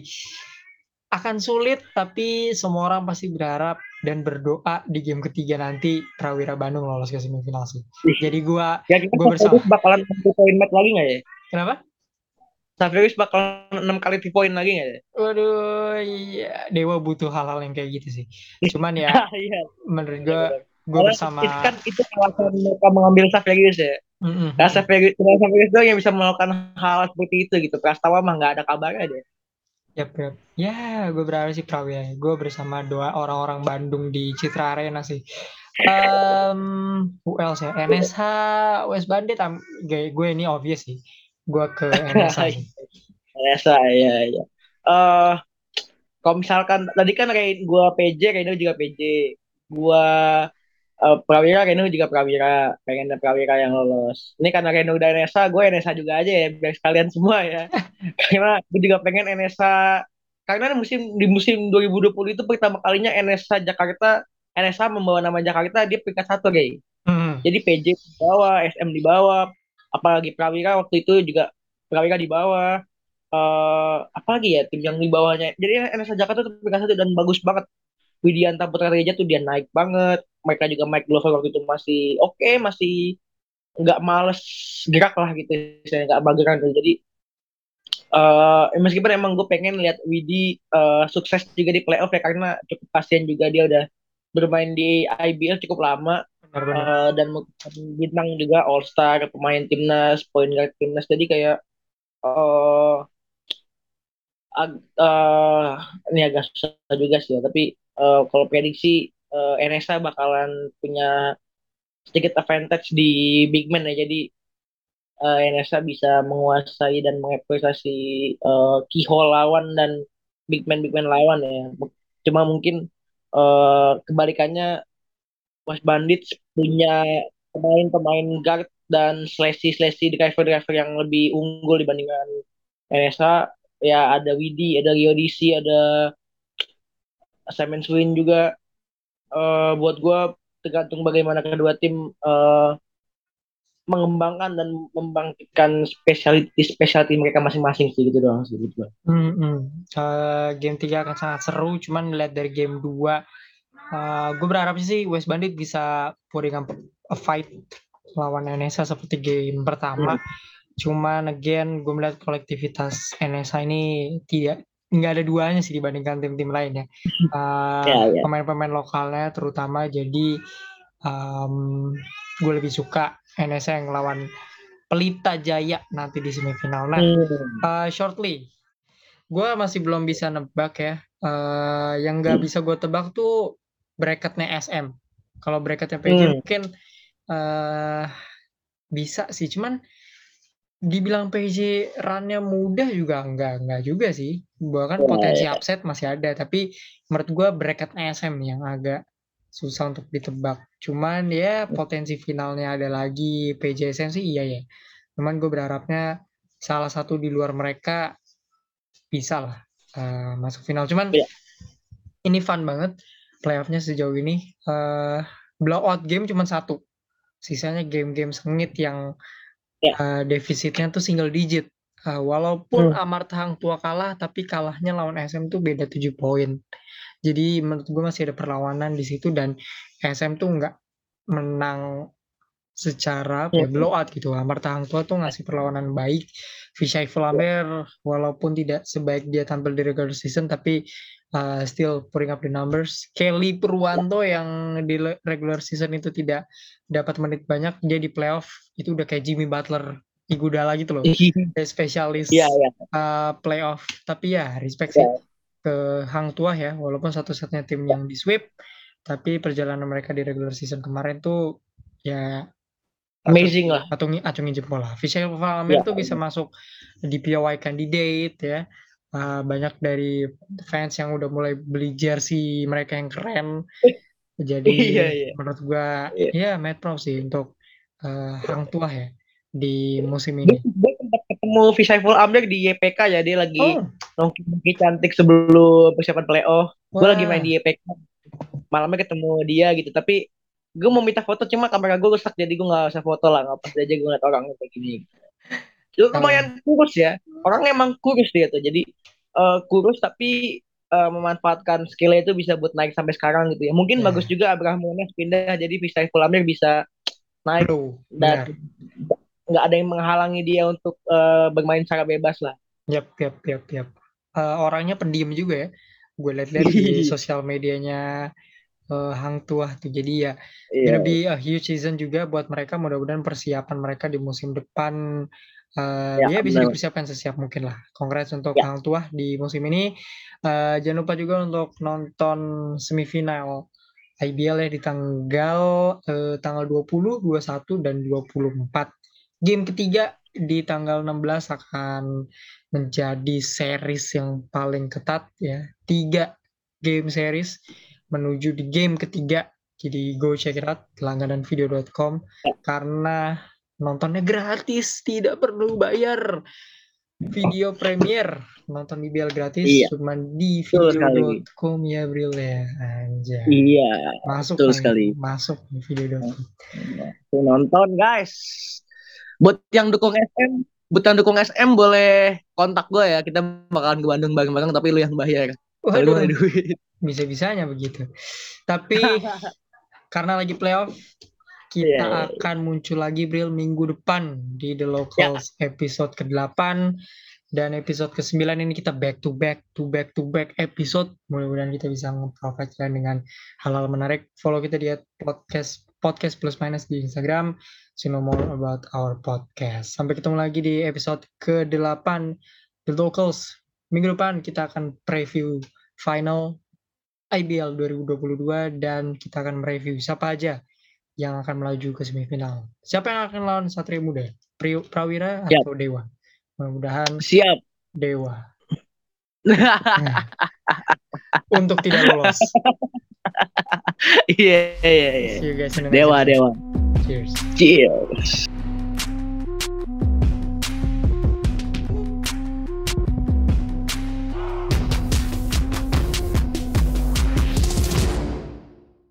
akan sulit tapi semua orang pasti berharap dan berdoa di game ketiga nanti Prawira Bandung lolos ke semifinal sih. Jadi gue Ya kita gue bersama. Saverius bakalan enam poin match lagi nggak ya? Kenapa? Saverius bakalan enam kali three point lagi nggak ya? Waduh, iya. Dewa butuh hal-hal yang kayak gitu sih. Cuman ya Iya, menurut gue benar-benar. gue Karena itu bersama. kan itu alasan mereka mengambil Saverius ya. Mm, mm, Karena mm. Saverius, cuma Saverius doang yang bisa melakukan hal seperti itu gitu. Prastawa mah nggak ada kabarnya deh. Yap, yap. Ya, gue berharap sih Prawira. Gue bersama dua orang-orang Bandung di Citra Arena sih. Um, who else ya? N S H, West Bandit. am- Gue gue ini obvious sih. Gue ke N S H sih. Biasa ya, ya. Eh, kalau misalkan tadi kan kayak gua P J, Reno juga P J. Gua eh, Prawira, Reno juga Prawira. Pengen ada Prawira yang lolos. Ini karena Reno udah N S A, gue N S A juga aja ya, biar sekalian semua ya. Karena gue juga pengen N S A. Karena musim di musim dua ribu dua puluh itu pertama kalinya N S A Jakarta, N S A membawa nama Jakarta dia peringkat satu, guys. Hmm. Jadi P J di bawah, S M di bawah, apalagi Prawira waktu itu juga Prawira di bawah. Eh apa lagi ya tim yang di bawahnya. Jadi N S A Jakarta tuh peringkat satu dan bagus banget. Widianta Putra Reja tuh dia naik banget. Mereka juga Mike Glover waktu itu masih oke, okay, masih nggak males gerak lah gitu. Saya nggak bageran tuh. Jadi eh meskipun emang gue pengen lihat Widi eh, sukses juga di playoff ya karena cukup kasihan juga dia udah bermain di I B L cukup lama Benar-benar. eh, dan bintang juga All Star, pemain timnas, point guard timnas. Jadi kayak eh ag- eh, ini agak susah juga sih ya. Tapi eh, kalau prediksi eh, N S A bakalan punya sedikit advantage di big man ya. Jadi eh, N S A bisa menguasai dan mengeksploitasi eh, keyhole lawan dan big man big man lawan ya. Cuma mungkin eh, kebalikannya West Bandits punya pemain-pemain guard dan slashy-slashy driver-driver yang lebih unggul dibandingkan N S A. Ya ada Widi, ada Rio Disi, ada Simon Swin juga. Eh, buat gue tergantung bagaimana kedua tim eh, mengembangkan dan membangkitkan spesialiti spesialiti mereka masing-masing sih gitu doang sih gitu. Hmm, hmm. Uh, game tiga akan sangat seru. Cuman lihat dari game dua, uh, gue berharap sih West Bandit bisa putting up a fight lawan N S A seperti game pertama. Hmm. Cuman again gue melihat kolektivitas N S A ini tidak nggak ada duanya sih dibandingkan tim-tim lainnya. Uh, Ya, ya. pemain-pemain lokalnya terutama, jadi um, gue lebih suka N S A yang lawan Pelita Jaya nanti di semifinal. Nah, Hmm. uh, shortly, gue masih belum bisa nebak ya. Uh, yang nggak bisa gue tebak tuh bracketnya S M. Kalau bracketnya P J Hmm. mungkin uh, bisa sih, cuman dibilang P J runnya mudah juga enggak enggak juga sih. Bahkan Ya, potensi ya. upset masih ada, tapi menurut gue bracket S M yang agak susah untuk ditebak. Cuman ya potensi finalnya ada lagi P J S M sih iya ya. Cuman gue berharapnya salah satu di luar mereka bisa lah uh, masuk final. Cuman Iya. ini fun banget playoffnya sejauh ini. Uh, blowout game cuma satu. Sisanya game-game sengit yang Ya. uh, defisitnya tuh single digit. Uh, walaupun Hmm. Amarta Hang Tua kalah, tapi kalahnya lawan S M tuh beda tujuh poin. Jadi menurut gue masih ada perlawanan di situ dan S M tuh nggak menang secara apa ya, Hmm. blowout gitu. Amarta Hang Tua tuh ngasih perlawanan baik. Vishay Flamber walaupun tidak sebaik dia tampil di regular season tapi uh, still putting up the numbers. Kelly Purwanto yang di le- regular season itu tidak dapat menit banyak, dia di playoff itu udah kayak Jimmy Butler Igudala gitu loh. Kayak spesialis Iya, iya. uh, playoff. Tapi ya respect Iya. sih ke Hang Tuah ya, walaupun satu-satunya tim yang di sweep, tapi perjalanan mereka di regular season kemarin tuh ya Amazing lah. acungi acungi jempol lah. Vishay Flamber Ya. tuh bisa masuk di P O Y candidate ya. Uh, banyak dari fans yang udah mulai beli jersey mereka yang keren. Jadi Iya, iya. menurut gua Iya. ya mad proud sih untuk uh, Hang Tuah ya di musim Gue ini. sempat ketemu Vishaiful Amir di Y P K ya, dia lagi Oh, nongki cantik sebelum persiapan playoff. Gue lagi main wah. di Y P K, malamnya ketemu dia gitu. Tapi gue mau minta foto cuma kamera gue rusak jadi gue nggak usah foto lah, nggak pas aja gue ngeliat orang kayak gini. Dia lumayan kurus ya, orangnya emang kurus dia tuh. Jadi uh, kurus tapi uh, memanfaatkan skillnya itu bisa buat naik sampai sekarang gitu ya. Mungkin Ya. bagus juga Abraham Mones pindah jadi Vishaiful Amir bisa naik Bro, dan benar. nggak ada yang menghalangi dia untuk uh, bermain secara bebas lah. Yap, yap, yap, yap. Uh, orangnya pendiam juga ya. Gue lihat-lihat di sosial medianya uh, Hang Tuah tuh. Jadi ya, Iya. gonna be a huge season juga buat mereka. Mudah-mudahan persiapan mereka di musim depan uh, Ya, ya bisa benar. dipersiapkan sesiap mungkin lah. Congrats untuk Ya. Hang Tuah di musim ini. Uh, jangan lupa juga untuk nonton semifinal I B L ya di tanggal uh, tanggal dua puluh, dua puluh satu dan dua puluh empat. Game ketiga di tanggal enam belas akan menjadi series yang paling ketat ya. Tiga game series menuju di game ketiga. Jadi go check it out langganan video dot com karena nontonnya gratis, tidak perlu bayar. Video premier nonton I B L gratis Iya. cuma di video dot com ya Bril ya. Anjay. Iya. Masuk betul nih, sekali. masuk di video dot com. Tuh, nonton guys. Buat yang dukung S M, buat yang dukung S M boleh kontak gue ya. Kita bakalan ke Bandung bareng-bareng tapi lu yang bayar. Kalau gue ada duit. Bisa-bisanya begitu. Tapi karena lagi playoff, kita yeah. akan muncul lagi Bril minggu depan di The Locals yeah. episode kedelapan dan episode kesembilan ini kita back to back to back to back episode. Mudah-mudahan kita bisa nge-provide kalian dengan hal-hal menarik. Follow kita di podcast podcast plus minus di Instagram. So know more about our podcast. Sampai ketemu lagi di episode kedelapan The Locals. Minggu depan kita akan preview final I B L dua ribu dua puluh dua dan kita akan mereview siapa aja yang akan melaju ke semifinal. Siapa yang akan lawan Satria Muda? Prawira Siap. atau Dewa? Mudah-mudahan siap Dewa. Nah, untuk tidak lolos. Iya iya iya. See you guys in the next Dewa episode. Dewa. Cheers. Cheers.